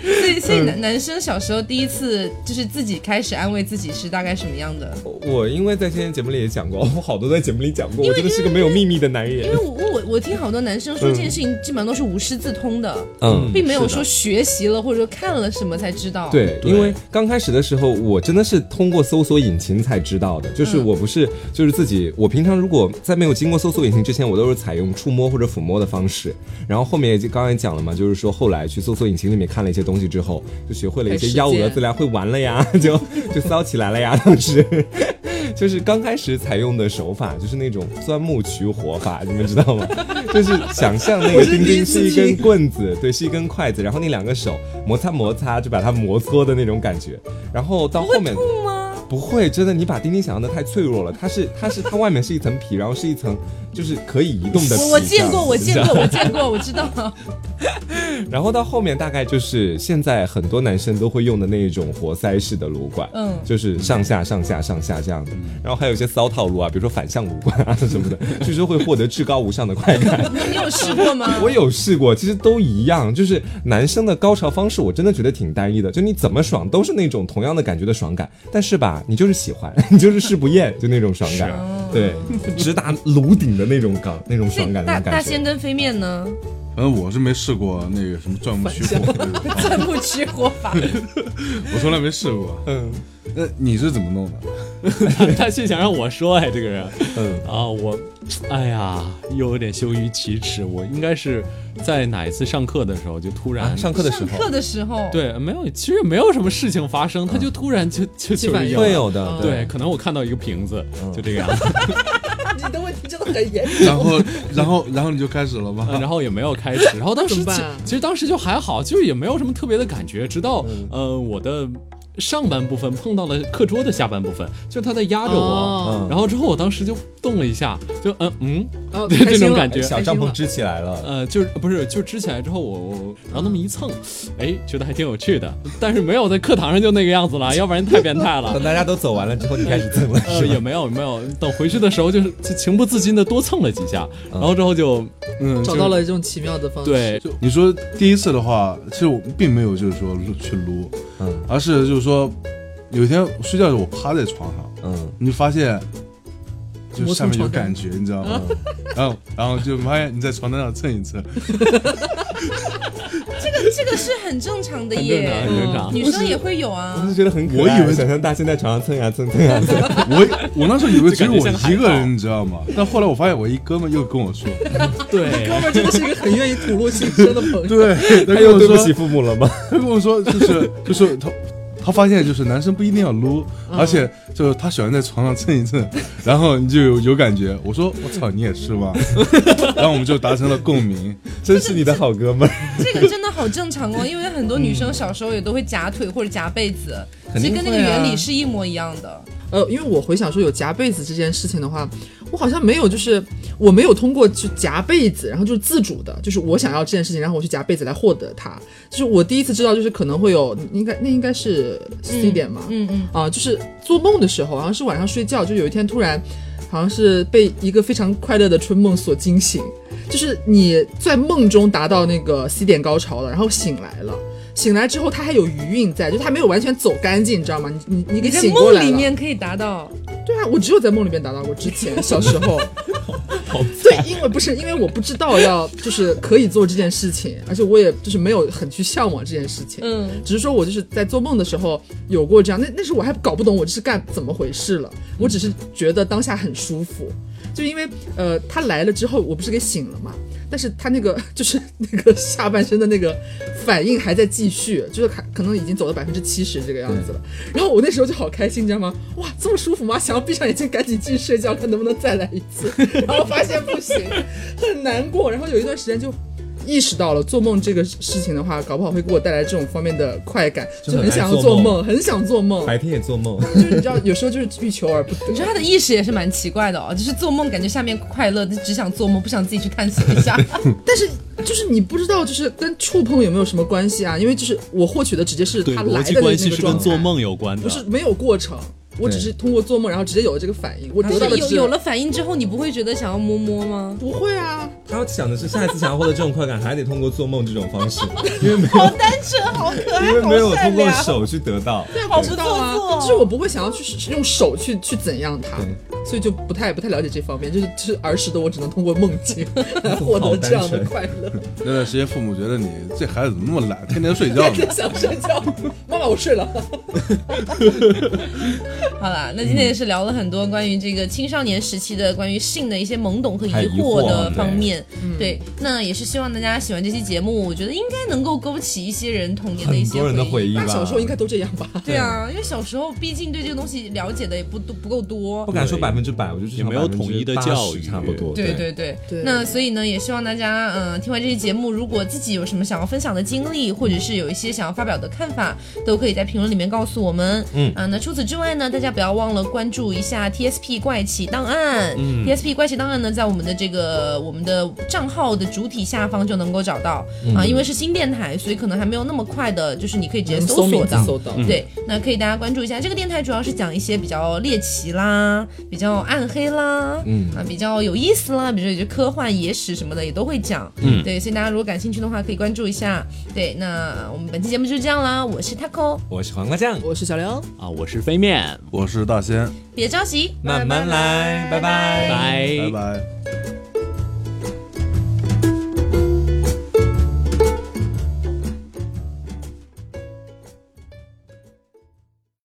所以所以男男生小时候第一次就是自己开始安慰自己是大概什么样的？ 我因为在之前节目里也讲过，我好多在节目里讲过，我真的是个没有秘密的男人。 因为我我我听好多男生说这件事情基本上都是无师自通的，嗯，并没有说学习了或者说看了什么才知道。 对，对，因为刚开始的时候，我真的是通过搜索引擎才知道的，就是我不是就是自己，我平常如果在没有经过搜索引擎之前，我都是采用触摸或者抚摸的方式，然后后面也刚才讲了嘛，就是说后来去搜索引擎里面看了一些东西之后，就学会了一些幺蛾子来会玩了呀，就就骚起来了呀，当时。就是刚开始采用的手法就是那种钻木取火法，你们知道吗？就是想象那个钉钉是一根棍子，对，是一根筷子，然后那两个手摩擦摩擦，就把它摩搓的那种感觉。然后到后面不会痛吗？ 不会，真的，你把钉钉想象的太脆弱了，它是它是它外面是一层皮，然后是一层就是可以移动的皮。 我我见过，我见过，我见过，我知道。 然后到后面大概就是现在很多男生都会用的那种活塞式的撸管，嗯，就是上下上下上下这样的。然后还有一些骚套路啊，比如说反向撸管啊什么的，据说会获得至高无上的快感。 你有试过吗？ 我有试过，其实都一样，就是男生的高潮方式我真的觉得挺单一的，就你怎么爽都是那种同样的感觉的爽感，但是吧，你就是喜欢，你就是誓不厌，就那种爽感，对，直达颅顶的那种感，那种爽感的感觉。 大大仙灯飞面呢？ 反正我是没试过那个什么钻木取火， 钻木取火法， 我从来没试过。嗯，那你是怎么弄的？他是想让我说哎，这个人，嗯啊，我，哎呀，又有点羞于启齿。我应该是在哪一次上课的时候，就突然、啊、 上课的时候， 上课的时候， 对，没有，其实也没有什么事情发生，他就突然就就就会有的， 对，对，可能我看到一个瓶子，嗯、就这个样子。 你的问题真的很严重。 然后，然后，然后你就开始了吗？ 然后也没有开始。然后当时其其实当时就还好，就也没有什么特别的感觉。直到、嗯、呃我的上半部分碰到了课桌的下半部分，就他在压着我、哦，然后之后我当时就动了一下，就嗯嗯， 哦、 对这种感觉， 小帐篷支起来了。 呃，就是不是就支起来之后我，我然后那么一蹭，哎，觉得还挺有趣的，但是没有在课堂上就那个样子了，要不然太变态了。 等大家都走完了之后，你开始蹭了， 呃，也没有没有，等回去的时候就是就情不自禁的多蹭了几下，然后之后就嗯找到了这种奇妙的方式。 对， 就你说第一次的话，其实我并没有就是说去撸，嗯，而是就是说。有一天睡觉的时候，我趴在床上，嗯，你就发现，就下面有感觉，你知道吗？然后，然后就发现你在床单上蹭一蹭。 这个这个是很正常的耶， 很正常， 女生也会有啊。 我是觉得很可爱， 我以为想象大仙在床上蹭呀蹭蹭呀蹭。 我我那时候以为只有我一个人，你知道吗？但后来我发现我一哥们又跟我说， 对，哥们真的是一个很愿意吐露心声的朋友。 对， 他又对不起父母了吗？ 他跟我说，就是就是他。他发现就是男生不一定要撸，嗯、而且就是他喜欢在床上蹭一蹭，然后你就有有感觉。我说我操，你也是吗？然后我们就达成了共鸣， 真是你的好哥们儿。 这个真的好正常哦，因为很多女生小时候也都会夹腿或者夹被子，其实跟那个原理是一模一样的。 呃，因为我回想说有夹被子这件事情的话，我好像没有，就是我没有通过去夹被子，然后就是自主的，就是我想要这件事情，然后我去夹被子来获得它。就是我第一次知道，就是可能会有，应该那应该是 C 点嘛， 嗯嗯啊、呃，就是做梦的时候，好像是晚上睡觉，就有一天突然，好像是被一个非常快乐的春梦所惊醒，就是你在梦中达到那个 C 点高潮了，然后醒来了。醒来之后，它还有余韵在，就它没有完全走干净，你知道吗？你你你给醒过来了。 在梦里面可以达到。 对啊，我只有在梦里面达到过。之前小时候，对，因为不是因为我不知道要就是可以做这件事情，而且我也就是没有很去向往这件事情。嗯，只是说我就是在做梦的时候有过这样，那那时候我还搞不懂我这是干怎么回事了，我只是觉得当下很舒服，就因为呃他来了之后，我不是给醒了嘛。但是他那个就是那个下半身的那个反应还在继续，就是可能已经走到百分之七十这个样子了。然后我那时候就好开心，你知道吗？哇，这么舒服吗？想要闭上眼睛赶紧继续睡觉，看能不能再来一次。然后发现不行，很难过。然后有一段时间就意识到了做梦这个事情的话，搞不好会给我带来这种方面的快感，就很想要做梦，很想做梦， 白天也做梦。 就是你知道，有时候就是欲求而不得。 你说他的意识也是蛮奇怪的哦，就是做梦感觉下面快乐，只想做梦，不想自己去探索一下。 但是就是你不知道，就是跟触碰有没有什么关系啊？因为就是我获取的直接是他来的那个状态， 逻辑关系是跟做梦有关的， 不是没有过程。 我只是通过做梦，然后直接有了这个反应，我得到的有有了反应之后，你不会觉得想要摸摸吗？ 不会啊， 他想的是下一次想要获得这种快感，还得通过做梦这种方式，因为没有好单纯，好可爱， 因为没有通过手去得到， 对，好知道啊，就是我不会想要去用手去去怎样它，所以就不太不太了解这方面，就是就是儿时的我只能通过梦境来获得这样的快乐。 那段时间父母觉得你这孩子怎么那么懒，天天睡觉呢？ 天天想睡觉，妈妈我睡了。 好啦，那今天也是聊了很多关于这个青少年时期的关于性的一些懵懂和疑惑的方面。对，对，那也是希望大家喜欢这期节目，我觉得应该能够勾起一些人童年的一些很多人的回忆吧。 小时候应该都这样吧？ 对啊，因为小时候毕竟对这个东西了解的也不不够多， 不敢说百分之百，我觉得也没有统一的教育， 差不多。 对对对对。那所以呢，也希望大家嗯、呃、听完这期节目，如果自己有什么想要分享的经历，或者是有一些想要发表的看法，都可以在评论里面告诉我们。嗯啊，那除此之外呢，大家不要忘了关注一下 T S P 怪奇档案。嗯 ，T S P 怪奇档案呢，在我们的这个我们的账号的主体下方就能够找到、嗯、啊，因为是新电台，所以可能还没有那么快的，就是你可以直接搜索到。 搜到对，那可以大家关注一下。这个电台主要是讲一些比较猎奇啦，比较暗黑啦，嗯啊，比较有意思啦，比如说科幻、野史什么的也都会讲。嗯，对，所以大家如果感兴趣的话，可以关注一下。对，那我们本期节目就是这样啦。我是 Taco， 我是黄瓜酱， 我是小刘啊，我是飞面， 我是大仙。 别着急， 慢慢来，拜拜， 拜拜拜。